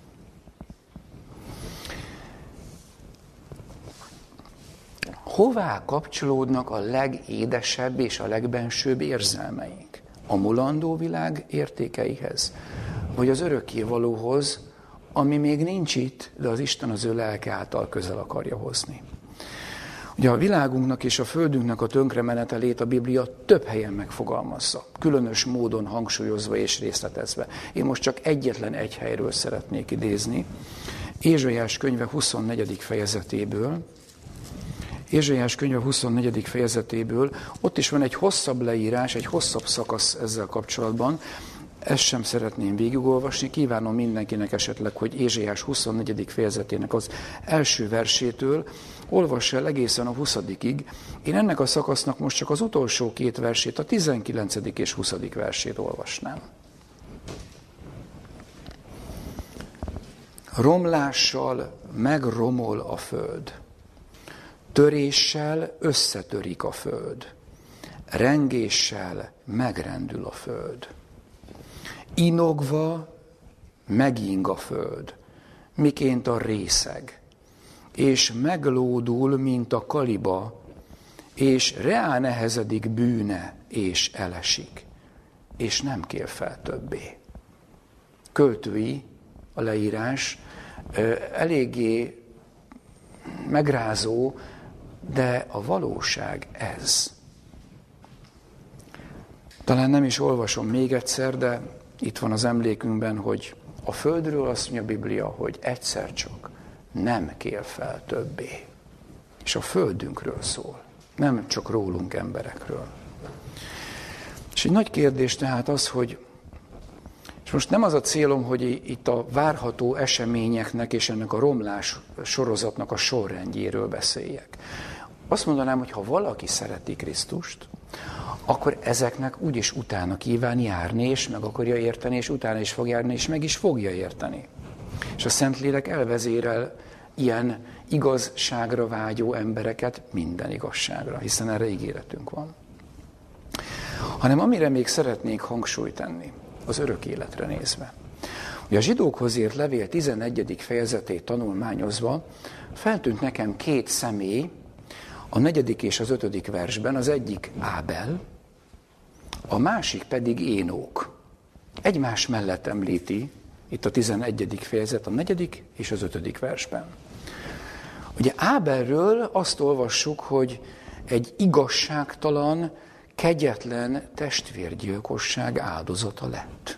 Hová kapcsolódnak a legédesebb és a legbensőbb érzelmeink? A mulandó világ értékeihez, vagy az örökkévalóhoz, ami még nincs itt, de az Isten az ő lelke által közel akarja hozni. Ugye a világunknak és a földünknek a tönkremenetelét a Biblia több helyen megfogalmazza, különös módon hangsúlyozva és részletezve. Én most csak egyetlen egy helyről szeretnék idézni, Ézsaiás könyve huszonnegyedik fejezetéből, Ézsaiás könyve huszonnegyedik fejezetéből, ott is van egy hosszabb leírás, egy hosszabb szakasz ezzel kapcsolatban, ezt sem szeretném végigolvasni, kívánom mindenkinek esetleg, hogy Ézsaiás huszonnegyedik fejezetének az első versétől olvassa el egészen a huszadikig. Én ennek a szakasznak most csak az utolsó két versét, a tizenkilencedik és huszadik versét olvasnám. Romlással megromol a föld, töréssel összetörik a föld, rengéssel megrendül a föld. Inogva meging a föld, miként a részeg, és meglódul, mint a kaliba, és reá nehezedik bűne, és elesik, és nem kér fel többé. Költői a leírás, eléggé megrázó, de a valóság ez. Talán nem is olvasom még egyszer, de itt van az emlékünkben, hogy a földről azt mondja a Biblia, hogy egyszer csak nem kér fel többé. És a földünkről szól, nem csak rólunk emberekről. És egy nagy kérdés tehát az, hogy, és most nem az a célom, hogy itt a várható eseményeknek és ennek a romlás sorozatnak a sorrendjéről beszéljek. Azt mondanám, hogy ha valaki szereti Krisztust, akkor ezeknek úgyis utána kíván járni, és meg akarja érteni, és utána is fog járni, és meg is fogja érteni. És a Szentlélek elvezérel ilyen igazságra vágyó embereket minden igazságra, hiszen erre ígéretünk van. Hanem amire még szeretnék hangsúlyt tenni, az örök életre nézve. Ugye a zsidókhoz írt levél tizennegyedik fejezetét tanulmányozva feltűnt nekem két személy, a negyedik és az ötödik versben, az egyik Ábel, a másik pedig Énók. Egymás mellett említi itt a tizenegyedik fejezet, a negyedik és az ötödik versben. Ugye Ábelről azt olvassuk, hogy egy igazságtalan, kegyetlen testvérgyilkosság áldozata lett.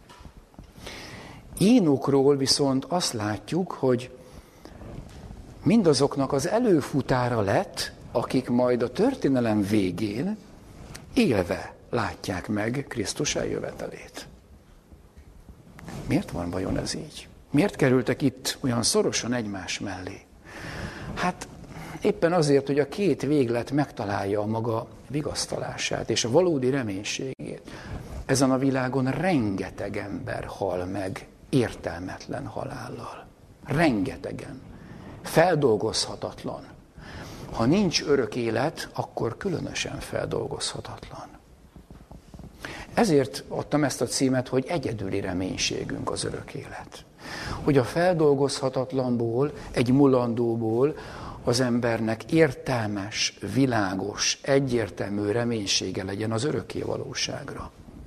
Énokról viszont azt látjuk, hogy mindazoknak az előfutára lett, akik majd a történelem végén élve látják meg Krisztus eljövetelét. Miért van vajon ez így? Miért kerültek itt olyan szorosan egymás mellé? Hát éppen azért, hogy a két véglet megtalálja a maga vigasztalását és a valódi reménységét. Ezen a világon rengeteg ember hal meg értelmetlen halállal. Rengetegen. Feldolgozhatatlan. Ha nincs örök élet, akkor különösen feldolgozhatatlan. Ezért adtam ezt a címet, hogy egyedüli reménységünk az örök élet. Hogy a feldolgozhatatlanból, egy mulandóból az embernek értelmes, világos, egyértelmű reménysége legyen az örökké valóságra.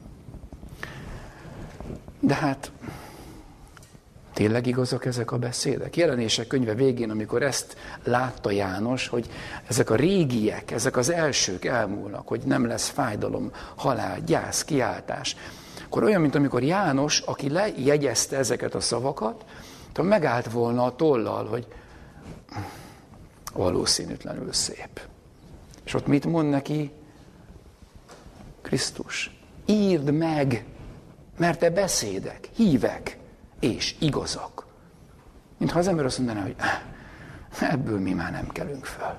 De hát tényleg igazak ezek a beszédek? Jelenések könyve végén, amikor ezt látta János, hogy ezek a régiek, ezek az elsők elmúlnak, hogy nem lesz fájdalom, halál, gyász, kiáltás, akkor olyan, mint amikor János, aki lejegyezte ezeket a szavakat, megállt volna a tollal, hogy valószínűtlenül szép. És ott mit mond neki? Krisztus, írd meg, mert te beszédek, hívek, és igazak. Mintha az ember azt mondaná, hogy ebből mi már nem kelünk fel.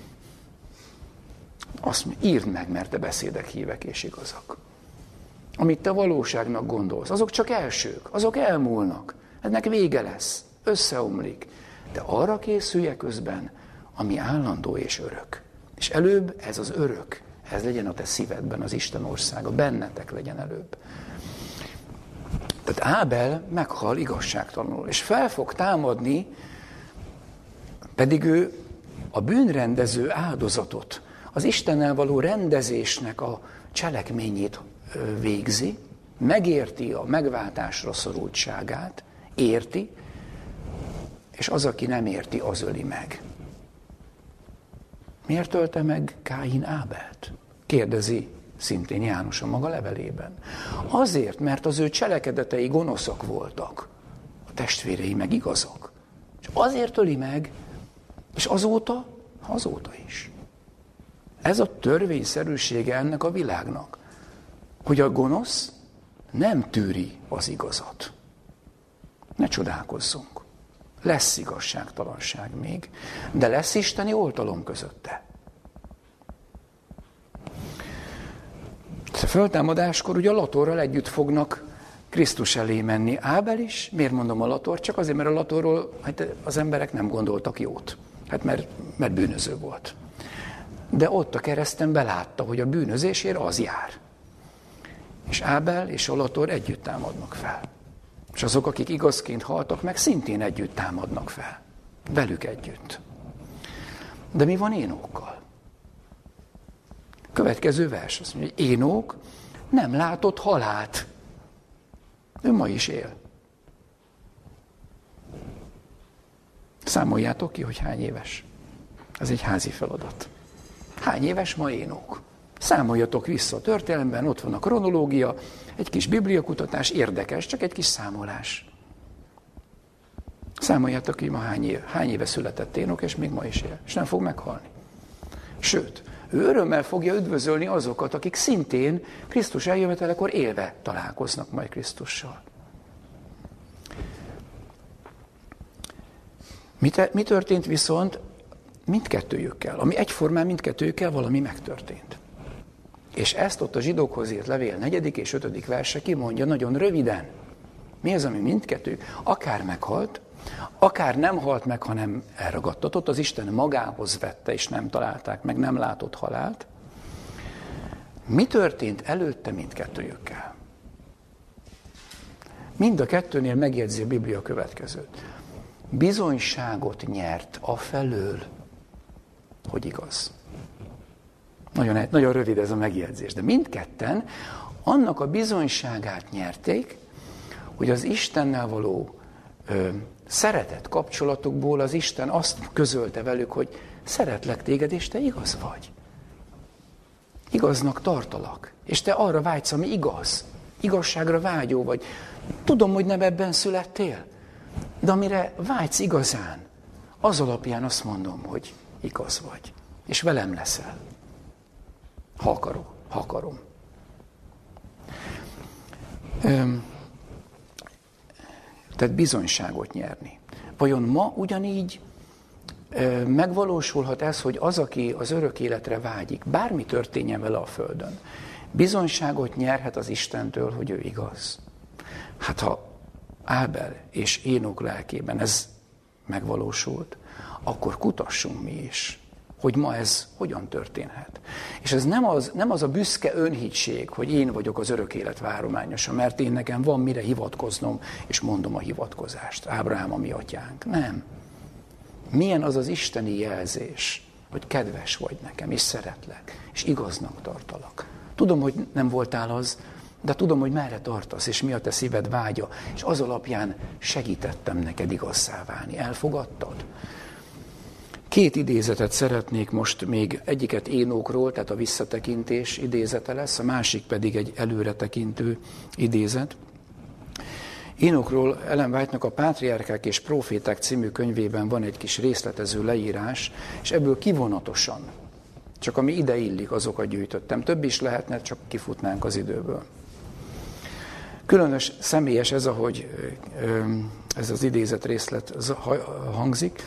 Azt mondja, írd meg, mert te beszédek, hívek, és igazak. Amit te valóságnak gondolsz, azok csak elsők, azok elmúlnak. Ennek vége lesz, összeomlik. De arra készülje közben, ami állandó és örök. És előbb ez az örök, ez legyen a te szívedben az Isten országa, bennetek legyen előbb. Tehát Ábel meghal igazságtalanul, és fel fog támadni, pedig ő a bűnrendező áldozatot, az Istennel való rendezésnek a cselekményét végzi, megérti a megváltásra szorultságát, érti, és az, aki nem érti, az öli meg. Miért ölte meg Káin Ábelt? Kérdezi szintén János a maga levelében. Azért, mert az ő cselekedetei gonoszak voltak, a testvérei meg igazak. És azért öli meg, és azóta, azóta is. Ez a törvényszerűsége ennek a világnak, hogy a gonosz nem tűri az igazat. Ne csodálkozzunk. Lesz igazságtalanság még, de lesz isteni oltalom közötte. A föltámadáskor ugye a latorral együtt fognak Krisztus elé menni. Ábel is, miért mondom a lator? Csak azért, mert a latorról hát az emberek nem gondoltak jót. Hát mert, mert bűnöző volt. De ott a kereszten belátta, hogy a bűnözésért az jár. És Ábel és a lator együtt támadnak fel. És azok, akik igazként haltak meg, szintén együtt támadnak fel. Velük együtt. De mi van Énókkal? Következő vers azt mondja, hogy Énók nem látott halált. Ő ma is él. Számoljátok ki, hogy hány éves. Ez egy házi feladat. Hány éves ma Énók? Számoljatok vissza a történelemben, ott van a kronológia, egy kis bibliakutatás, érdekes, csak egy kis számolás. Számoljátok ki, ma hány éve, hány éve született Énok, és még ma is él, és nem fog meghalni. Sőt, ő örömmel fogja üdvözölni azokat, akik szintén Krisztus eljövetelekor élve találkoznak majd Krisztussal. Mi, te, mi történt viszont mindkettőjükkel? Ami egyformán mindkettőjükkel valami megtörtént. És ezt ott a zsidókhoz írt levél negyedik és ötödik verse kimondja nagyon röviden. Mi az, ami mindkettő? Akár meghalt, akár nem halt meg, hanem elragadtatott, az Isten magához vette, és nem találták meg, nem látott halált. Mi történt előtte mindkettőjükkel? Mind a kettőnél megjegyzi a Biblia következőt. Bizonyságot nyert afelől, hogy igaz. Nagyon, nagyon rövid ez a megjegyzés, de mindketten annak a bizonyságát nyerték, hogy az Istennel való ö, szeretet kapcsolatokból az Isten azt közölte velük, hogy szeretlek téged, és te igaz vagy. Igaznak tartalak, és te arra vágysz, ami igaz. Igazságra vágyó vagy. Tudom, hogy nem ebben születtél, de amire vágysz igazán, az alapján azt mondom, hogy igaz vagy, és velem leszel. Ha akarom, ha akarom. Öm, tehát bizonyságot nyerni. Vajon ma ugyanígy ö, megvalósulhat ez, hogy az, aki az örök életre vágyik, bármi történjen vele a földön, bizonyságot nyerhet az Istentől, hogy ő igaz? Hát ha Ábel és Énok lelkében ez megvalósult, akkor kutassunk mi is. hogy ma ez hogyan történhet. És ez nem az, nem az a büszke önhittség, hogy én vagyok az örök élet várományosa, mert én nekem van mire hivatkoznom, és mondom a hivatkozást. Ábrahám a mi atyánk. Nem. Milyen az az isteni jelzés, hogy kedves vagy nekem, és szeretlek, és igaznak tartalak. Tudom, hogy nem voltál az, de tudom, hogy merre tartasz, és mi a te szíved vágya, és az alapján segítettem neked igazzá válni. Elfogadtad? Két idézetet szeretnék most még, egyiket Énokról, tehát a visszatekintés idézete lesz, a másik pedig egy előretekintő idézet. Énokról Ellen White-nak a Pátriárkák és Proféták című könyvében van egy kis részletező leírás, és ebből kivonatosan, csak ami ide illik, azokat gyűjtöttem. Több is lehetne, csak kifutnánk az időből. Különös, személyes ez, ahogy ez az idézet részlet hangzik.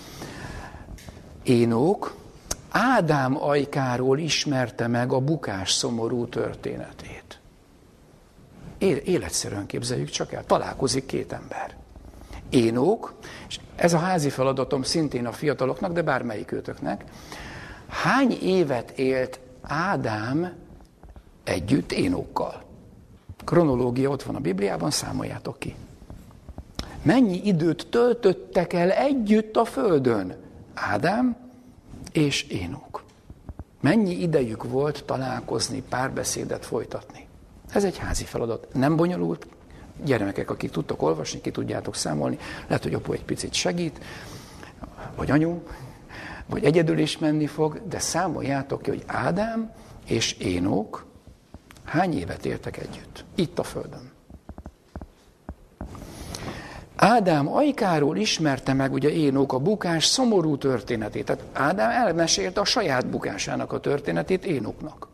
Énok Ádám ajkáról ismerte meg a bukás szomorú történetét. Életszerűen képzeljük csak el, találkozik két ember. Énok, és ez a házi feladatom szintén a fiataloknak, de bármelyik őtöknek. Hány évet élt Ádám együtt Énokkal? Kronológia ott van a Bibliában, számoljátok ki. Mennyi időt töltöttek el együtt a földön? Ádám és Énok. Mennyi idejük volt találkozni, párbeszédet folytatni? Ez egy házi feladat. Nem bonyolult. Gyermekek, akik tudtok olvasni, ki tudjátok számolni. Lehet, hogy apu egy picit segít, vagy anyu, vagy egyedül is menni fog, de számoljátok ki, hogy Ádám és Énok hány évet éltek együtt, itt a földön. Ádám ajkáról ismerte meg ugye Énok a bukás szomorú történetét. Tehát Ádám elmesélte a saját bukásának a történetét Énoknak.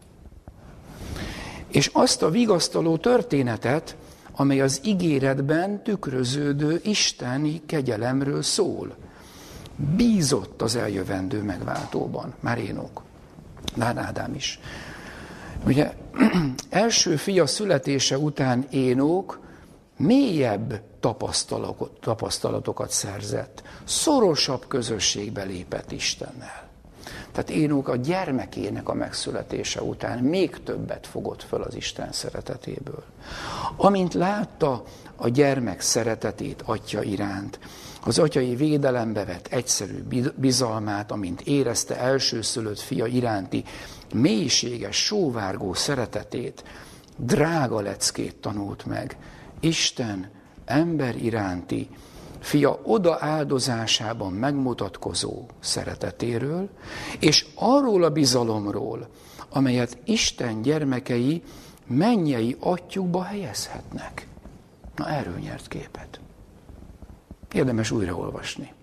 És azt a vigasztaló történetet, amely az ígéretben tükröződő isteni kegyelemről szól. Bízott az eljövendő megváltóban, már Énok, már Ádám is. Ugye első fia születése után Énok mélyebb tapasztalatokat szerzett, szorosabb közösségbe lépett Istennel. Tehát Énok a gyermekének a megszületése után még többet fogott föl az Isten szeretetéből. Amint látta a gyermek szeretetét atya iránt, az atyai védelembe vett egyszerű bizalmát, amint érezte elsőszülött fia iránti mélységes, sóvárgó szeretetét, drága leckét tanult meg. Isten ember iránti fia odaáldozásában megmutatkozó szeretetéről, és arról a bizalomról, amelyet Isten gyermekei mennyei atyukba helyezhetnek. Na, erről nyert képet. Érdemes újraolvasni.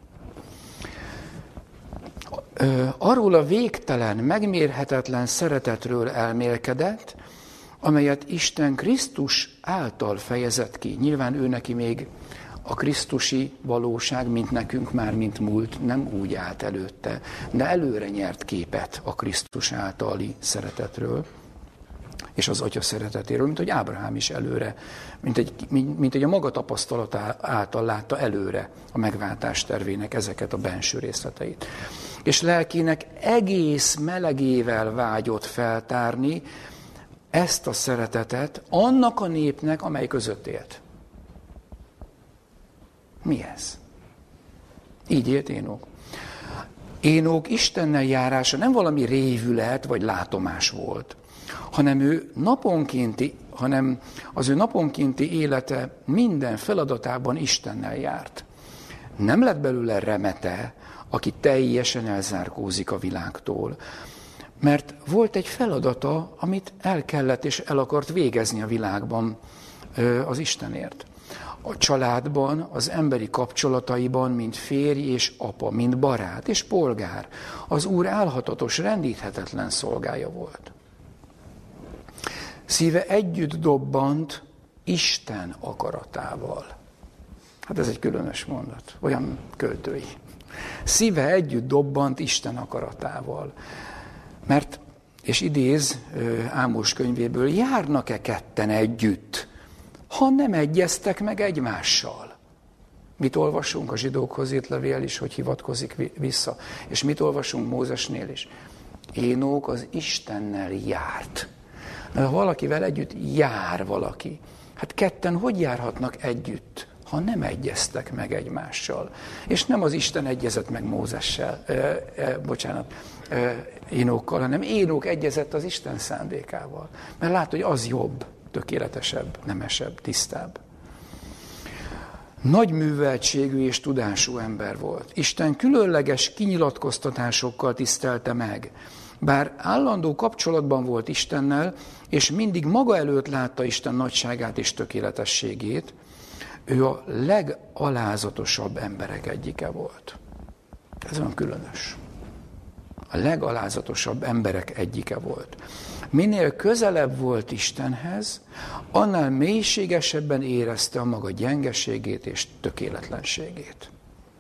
Arról a végtelen, megmérhetetlen szeretetről elmélkedett, amelyet Isten Krisztus által fejezett ki. Nyilván ő neki még a krisztusi valóság, mint nekünk már, mint múlt, nem úgy állt előtte, de előre nyert képet a Krisztus általi szeretetről, és az atya szeretetéről, mint hogy Ábrahám is előre, mint egy, mint, mint egy a maga tapasztalat által látta előre a megváltás tervének ezeket a benső részleteit. És lelkének egész melegével vágyott feltárni ezt a szeretetet annak a népnek, amely között élt. Mi ez? Így élt Énok. Énok Istennel járása nem valami révület vagy látomás volt, hanem ő naponkénti, hanem az ő naponkénti élete minden feladatában Istennel járt. Nem lett belőle remete, aki teljesen elzárkózik a világtól, mert volt egy feladata, amit el kellett és el akart végezni a világban az Istenért. A családban, az emberi kapcsolataiban, mint férj és apa, mint barát és polgár, az Úr álhatatos, rendíthetetlen szolgája volt. Szíve együtt dobbant Isten akaratával. Hát ez egy különös mondat, olyan költői. Szíve együtt dobbant Isten akaratával. Mert, és idéz Ámos könyvéből, járnak-e ketten együtt, ha nem egyeztek meg egymással? Mit olvasunk? A zsidókhoz írt levél is, hogy hivatkozik vissza. És mit olvasunk Mózesnél is? Énok az Istennel járt. Mert ha valakivel együtt jár valaki, hát ketten hogy járhatnak együtt, ha nem egyeztek meg egymással? És nem az Isten egyezett meg Mózessel, eh, eh, bocsánat, eh, Énokkal, hanem Énok egyezett az Isten szándékával. Mert lát, hogy az jobb, tökéletesebb, nemesebb, tisztább. Nagy műveltségű és tudású ember volt. Isten különleges kinyilatkoztatásokkal tisztelte meg. Bár állandó kapcsolatban volt Istennel, és mindig maga előtt látta Isten nagyságát és tökéletességét, ő a legalázatosabb emberek egyike volt. Ez olyan különös. A legalázatosabb emberek egyike volt. Minél közelebb volt Istenhez, annál mélységesebben érezte a maga gyengeségét és tökéletlenségét.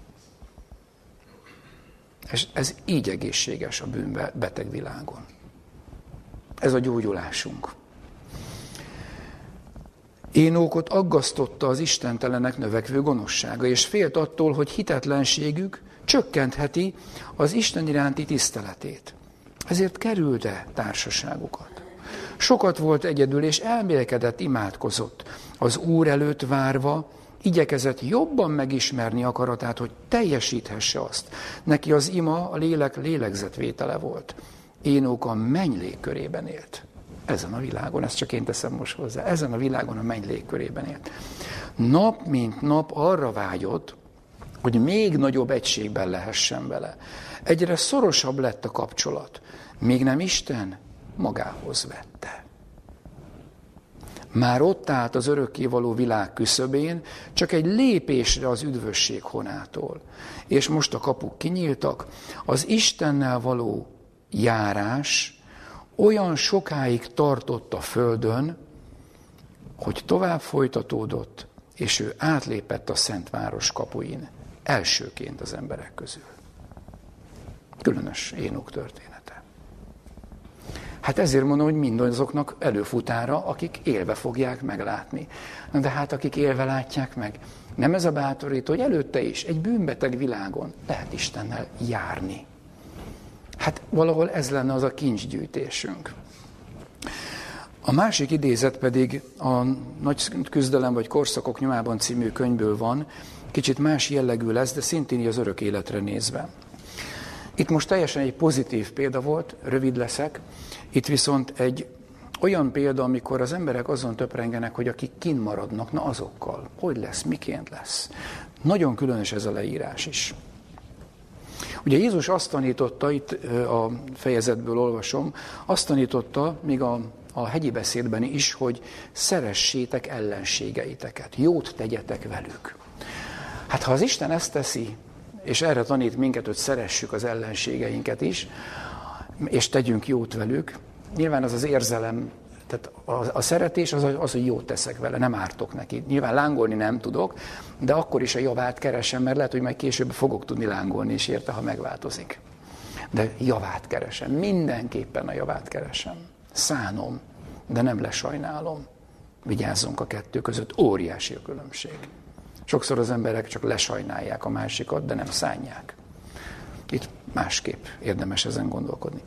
Ez, ez így egészséges a bűnbeteg világon. Ez a gyógyulásunk. Énókot aggasztotta az istentelenek növekvő gonoszsága, és félt attól, hogy hitetlenségük csökkentheti az Isten iránti tiszteletét. Ezért kerülte társaságukat. Sokat volt egyedül, és elmélkedett, imádkozott. Az Úr előtt várva igyekezett jobban megismerni akaratát, hogy teljesíthesse azt. Neki az ima a lélek lélegzetvétele volt. Énok a menny légkörében élt. Ezen a világon, ezt csak én teszem most hozzá, ezen a világon a menny légkörében élt. Nap mint nap arra vágyott, hogy még nagyobb egységben lehessen vele. Egyre szorosabb lett a kapcsolat, még nem Isten magához vette. Már ott állt az örökkévaló világ küszöbén, csak egy lépésre az üdvösség honától. És most a kapuk kinyíltak, az Istennel való járás olyan sokáig tartott a földön, hogy tovább folytatódott, és ő átlépett a Szent Város kapuin, elsőként az emberek közül. Különös Énok története. Hát ezért mondom, hogy mindazoknak előfutára, akik élve fogják meglátni. Na de hát akik élve látják meg, nem ez a bátorító, hogy előtte is egy bűnbeteg világon lehet Istennel járni. Hát valahol ez lenne az a kincsgyűjtésünk. A másik idézet pedig a Nagy küzdelem vagy korszakok nyomában című könyvből van, kicsit más jellegű lesz, de szintén az örök életre nézve. Itt most teljesen egy pozitív példa volt, rövid leszek, itt viszont egy olyan példa, amikor az emberek azon töprengenek, hogy akik kint maradnak, na azokkal, hogy lesz, miként lesz. Nagyon különös ez a leírás is. Ugye Jézus azt tanította, itt a fejezetből olvasom, azt tanította még a, a hegyi beszédben is, hogy szeressétek ellenségeiteket, jót tegyetek velük. Hát ha az Isten ezt teszi, és erre tanít minket, hogy szeressük az ellenségeinket is, és tegyünk jót velük, nyilván az az érzelem, tehát a, a szeretés az, az, hogy jót teszek vele, nem ártok neki. Nyilván lángolni nem tudok, de akkor is a javát keresem, mert lehet, hogy majd később fogok tudni lángolni is érte, ha megváltozik. De javát keresem, mindenképpen a javát keresem. Szánom, de nem lesajnálom. Vigyázzunk a kettő között, óriási a különbség. Sokszor az emberek csak lesajnálják a másikat, de nem szánják. Itt másképp érdemes ezen gondolkodni.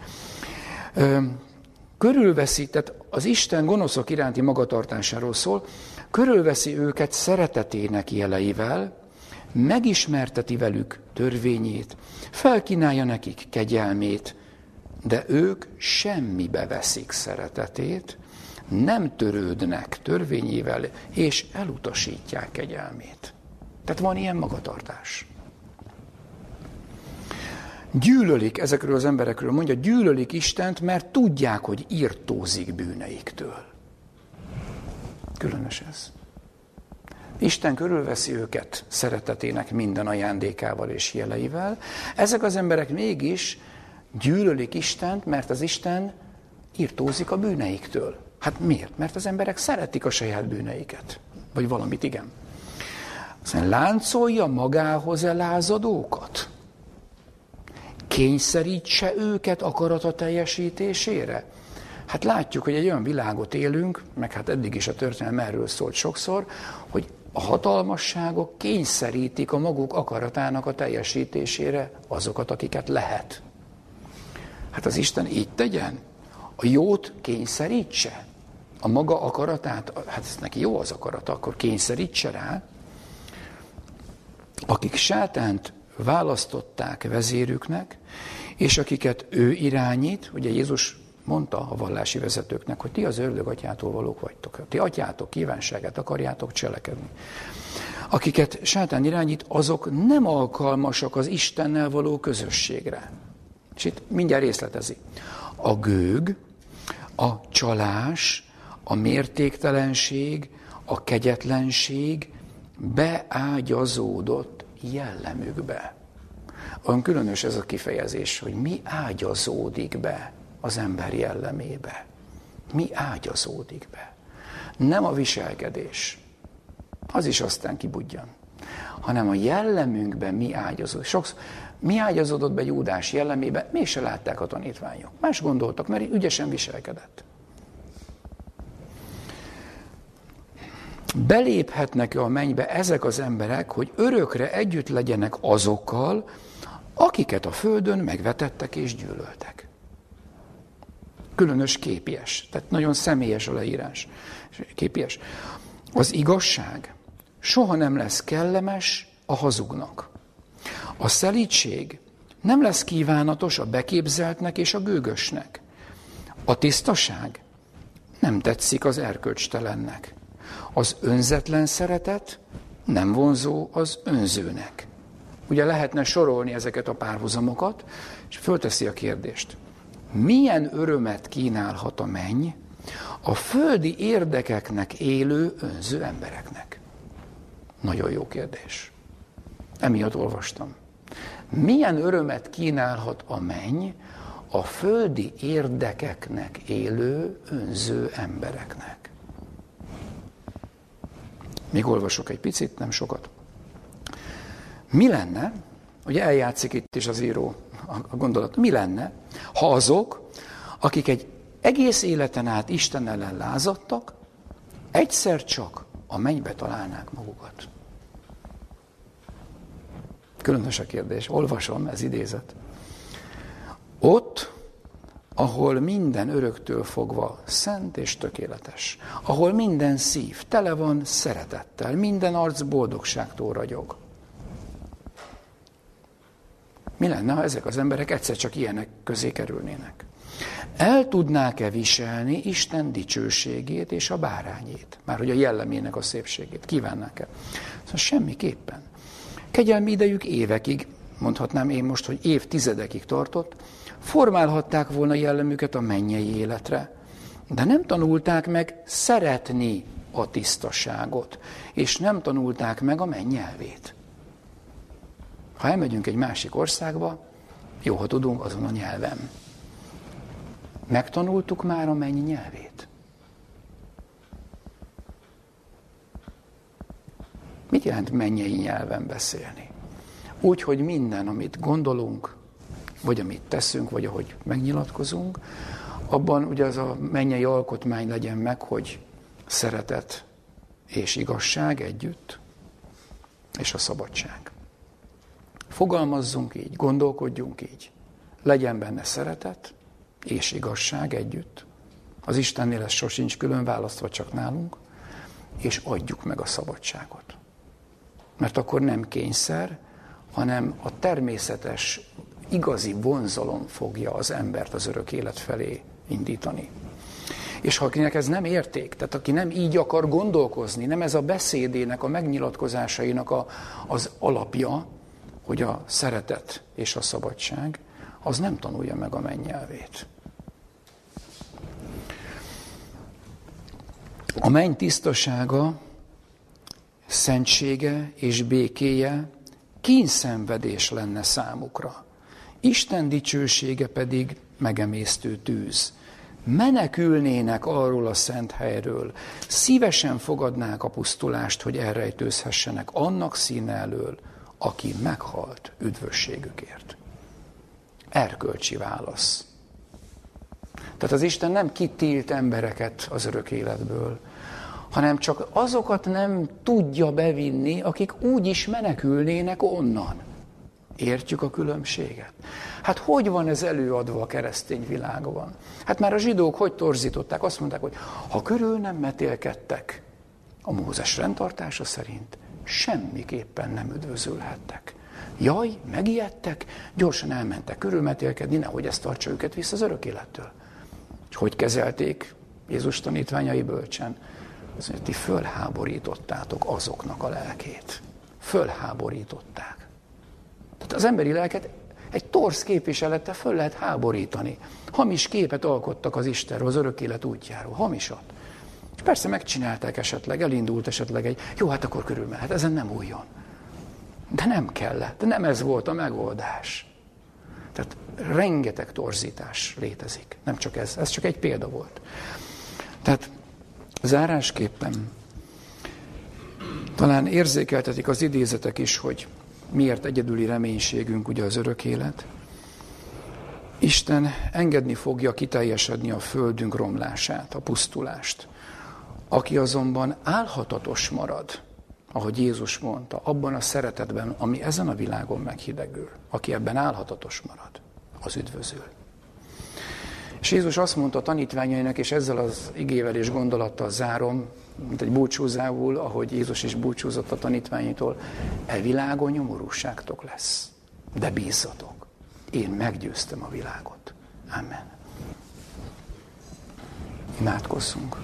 Körülveszi, tehát az Isten gonoszok iránti magatartásáról szól, körülveszi őket szeretetének jeleivel, megismerteti velük törvényét, felkínálja nekik kegyelmét, de ők semmibe veszik szeretetét, nem törődnek törvényével, és elutasítják kegyelmét. Tehát van ilyen magatartás. Gyűlölik, ezekről az emberekről mondja, gyűlölik Istent, mert tudják, hogy irtózik bűneiktől. Különös ez. Isten körülveszi őket szeretetének minden ajándékával és jeleivel. Ezek az emberek mégis gyűlölik Istent, mert az Isten irtózik a bűneiktől. Hát miért? Mert az emberek szeretik a saját bűneiket. Vagy valamit, igen. Aztán láncolja magához elázadókat. Kényszerítse őket akarata teljesítésére. Hát látjuk, hogy egy olyan világot élünk, meg hát eddig is a történelem erről szólt sokszor, hogy A hatalmasságok kényszerítik a maguk akaratának a teljesítésére azokat, akiket lehet. Hát az Isten így tegyen? A jót kényszerítse? A maga akaratát, hát ez neki jó az akarata, akkor kényszerítse rá. Akik sátánt választották vezérüknek, és akiket ő irányít, ugye Jézus mondta a vallási vezetőknek, hogy ti az ördög atyától valók vagytok. Ti atyátok kívánságát akarjátok cselekedni. Akiket sátán irányít, azok nem alkalmasak az Istennel való közösségre. És itt mindjárt részletezi. A gőg, a csalás, a mértéktelenség, a kegyetlenség beágyazódott jellemükbe. Olyan különös ez a kifejezés, hogy mi ágyazódik be az ember jellemébe. Mi ágyazódik be. Nem a viselkedés, az is aztán kibudjan, hanem a jellemünkben mi ágyazódik. Sokszor mi ágyazódott be Júdás jellemébe, mégse látták a tanítványok. Más gondoltak, mert ügyesen viselkedett. Beléphetnek a mennybe ezek az emberek, hogy örökre együtt legyenek azokkal, akiket a földön megvetettek és gyűlöltek. Különös képies, tehát nagyon személyes a leírás. Képies. Az igazság soha nem lesz kellemes a hazugnak. A szelídség nem lesz kívánatos a beképzeltnek és a gőgösnek. A tisztaság nem tetszik az erkölcstelennek. Az önzetlen szeretet nem vonzó az önzőnek. Ugye lehetne sorolni ezeket a párhuzamokat, és fölteszi a kérdést. Milyen örömet kínálhat a menny a földi érdekeknek élő önző embereknek? Nagyon jó kérdés. Emiatt olvastam. Milyen örömet kínálhat a menny a földi érdekeknek élő önző embereknek? Még olvasok egy picit, nem sokat. Mi lenne, ugye eljátszik itt is az író a gondolat, mi lenne, ha azok, akik egy egész életen át Isten ellen lázadtak, egyszer csak a mennybe találnák magukat? Különös a kérdés. Olvasom, ez idézet. Ott, ahol minden öröktől fogva szent és tökéletes, ahol minden szív tele van szeretettel, minden arc boldogságtól ragyog. Mi lenne, ha ezek az emberek egyszer csak ilyenek közé kerülnének? El tudnák-e viselni Isten dicsőségét és a bárányét? Már hogy a jellemének a szépségét. Kívánnák-e? Szóval semmiképpen. Kegyelmi idejük évekig, mondhatnám én most, hogy évtizedekig tartott, formálhatták volna jellemüket a mennyei életre, de nem tanulták meg szeretni a tisztaságot, és nem tanulták meg a menny nyelvét. Ha elmegyünk egy másik országba, jó, ha tudunk azon a nyelven. Megtanultuk már a menny nyelvét? Mit jelent mennyei nyelven beszélni? Úgy, hogy minden, amit gondolunk, vagy amit teszünk, vagy ahogy megnyilatkozunk, abban ugye az a mennyei alkotmány legyen meg, hogy szeretet és igazság együtt, és a szabadság. Fogalmazzunk így, gondolkodjunk így. Legyen benne szeretet és igazság együtt. Az Istennél ez sosincs külön választva, csak nálunk, és adjuk meg a szabadságot. Mert akkor nem kényszer, hanem a természetes, igazi vonzalom fogja az embert az örök élet felé indítani. És ha akinek ez nem érték, tehát aki nem így akar gondolkozni, nem ez a beszédének, a megnyilatkozásainak a, az alapja, hogy a szeretet és a szabadság, az nem tanulja meg a menny nyelvét. A menny tisztasága, szentsége és békéje kínszenvedés lenne számukra. Isten dicsősége pedig megemésztő tűz. Menekülnének arról a szent helyről, szívesen fogadnák a pusztulást, hogy elrejtőzhessenek annak színe elől, aki meghalt üdvösségükért. Erkölcsi válasz. Tehát az Isten nem kitilt embereket az örök életből, hanem csak azokat nem tudja bevinni, akik úgy is menekülnének onnan. Értjük a különbséget? Hát hogy van ez előadva a keresztény világban? Hát már a zsidók hogy torzították? Azt mondták, hogy ha körül nem metélkedtek a Mózes rendtartása szerint, semmiképpen nem üdvözülhettek. Jaj, megijedtek, gyorsan elmentek körülmetélkedni, nehogy ezt tartsa őket vissza az örök élettől. És hogy kezelték Jézus tanítványai bölcsen? Azt mondja, ti fölháborítottátok azoknak a lelkét. Fölháborították. Tehát az emberi lelket egy torz képviselettel föl lehet háborítani. Hamis képet alkottak az Istenről, az örök élet útjáról. Hamisat. És persze megcsinálták esetleg, elindult esetleg egy, jó, hát akkor körülmehet, ezen nem újjon. De nem kellett, de nem ez volt a megoldás. Tehát rengeteg torzítás létezik. Nem csak ez, ez csak egy példa volt. Tehát zárásképpen talán érzékeltetik az idézetek is, hogy miért egyedüli reménységünk ugye az örök élet. Isten engedni fogja kiteljesedni a földünk romlását, a pusztulást. Aki azonban álhatatos marad, ahogy Jézus mondta, abban a szeretetben, ami ezen a világon meghidegül, aki ebben álhatatos marad, az üdvözül. És Jézus azt mondta a tanítványainak, és ezzel az igével és gondolattal zárom, mint egy búcsúzául, ahogy Jézus is búcsúzott a tanítványaitól, e világon nyomorúságtok lesz, de bízzatok, én meggyőztem a világot. Amen. Imádkozzunk.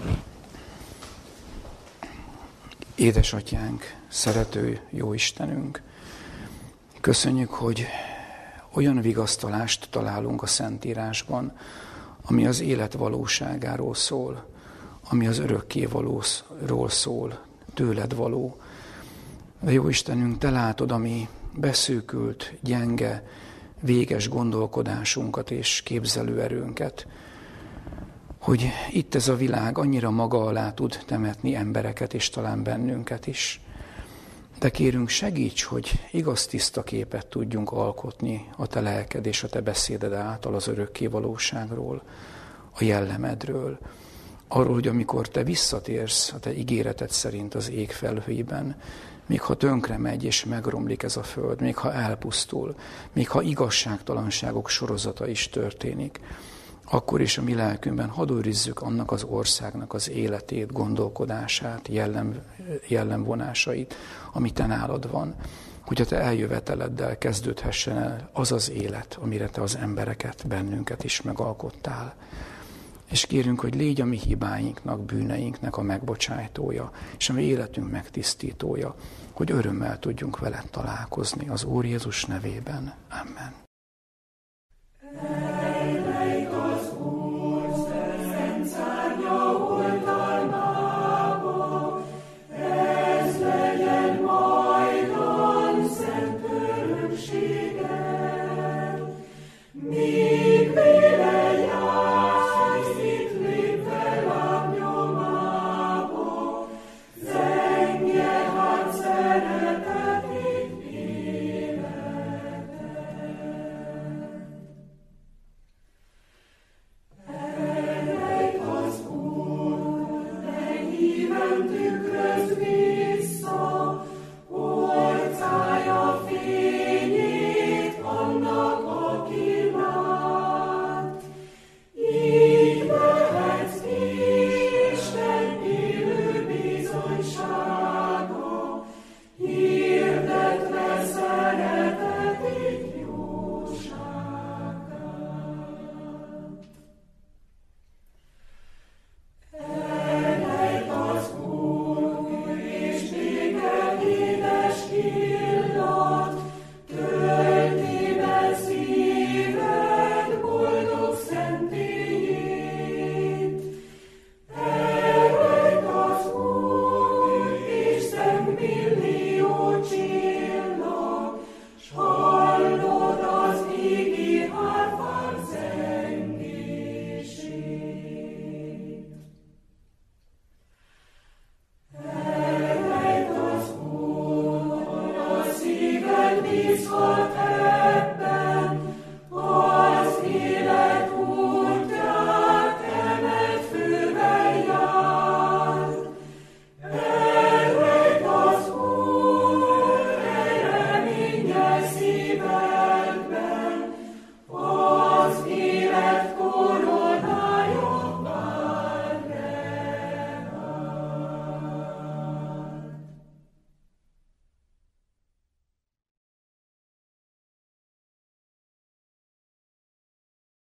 Édesatyánk, szerető jó Istenünk, köszönjük, hogy olyan vigasztalást találunk a Szentírásban, ami az élet valóságáról szól, ami az örökkévalóról szól, tőled való. De jó Istenünk, te látod a mi beszűkült, gyenge, véges gondolkodásunkat és képzelőerőnket, hogy itt ez a világ annyira maga alá tud temetni embereket, és talán bennünket is. De kérünk, segíts, hogy igaz tiszta képet tudjunk alkotni a te lelked és a te beszéded által az örökké valóságról, a jellemedről, arról, hogy amikor te visszatérsz a te ígéreted szerint az ég felhőiben, még ha tönkre megy és megromlik ez a föld, még ha elpusztul, még ha igazságtalanságok sorozata is történik, akkor is a mi lelkünkben hadd őrizzük annak az országnak az életét, gondolkodását, jellem, jellemvonásait, ami te nálad van, hogy a te eljöveteleddel kezdődhessen el az az élet, amire te az embereket, bennünket is megalkottál. És kérünk, hogy légy a mi hibáinknak, bűneinknek a megbocsájtója, és a mi életünk megtisztítója, hogy örömmel tudjunk veled találkozni az Úr Jézus nevében. Amen.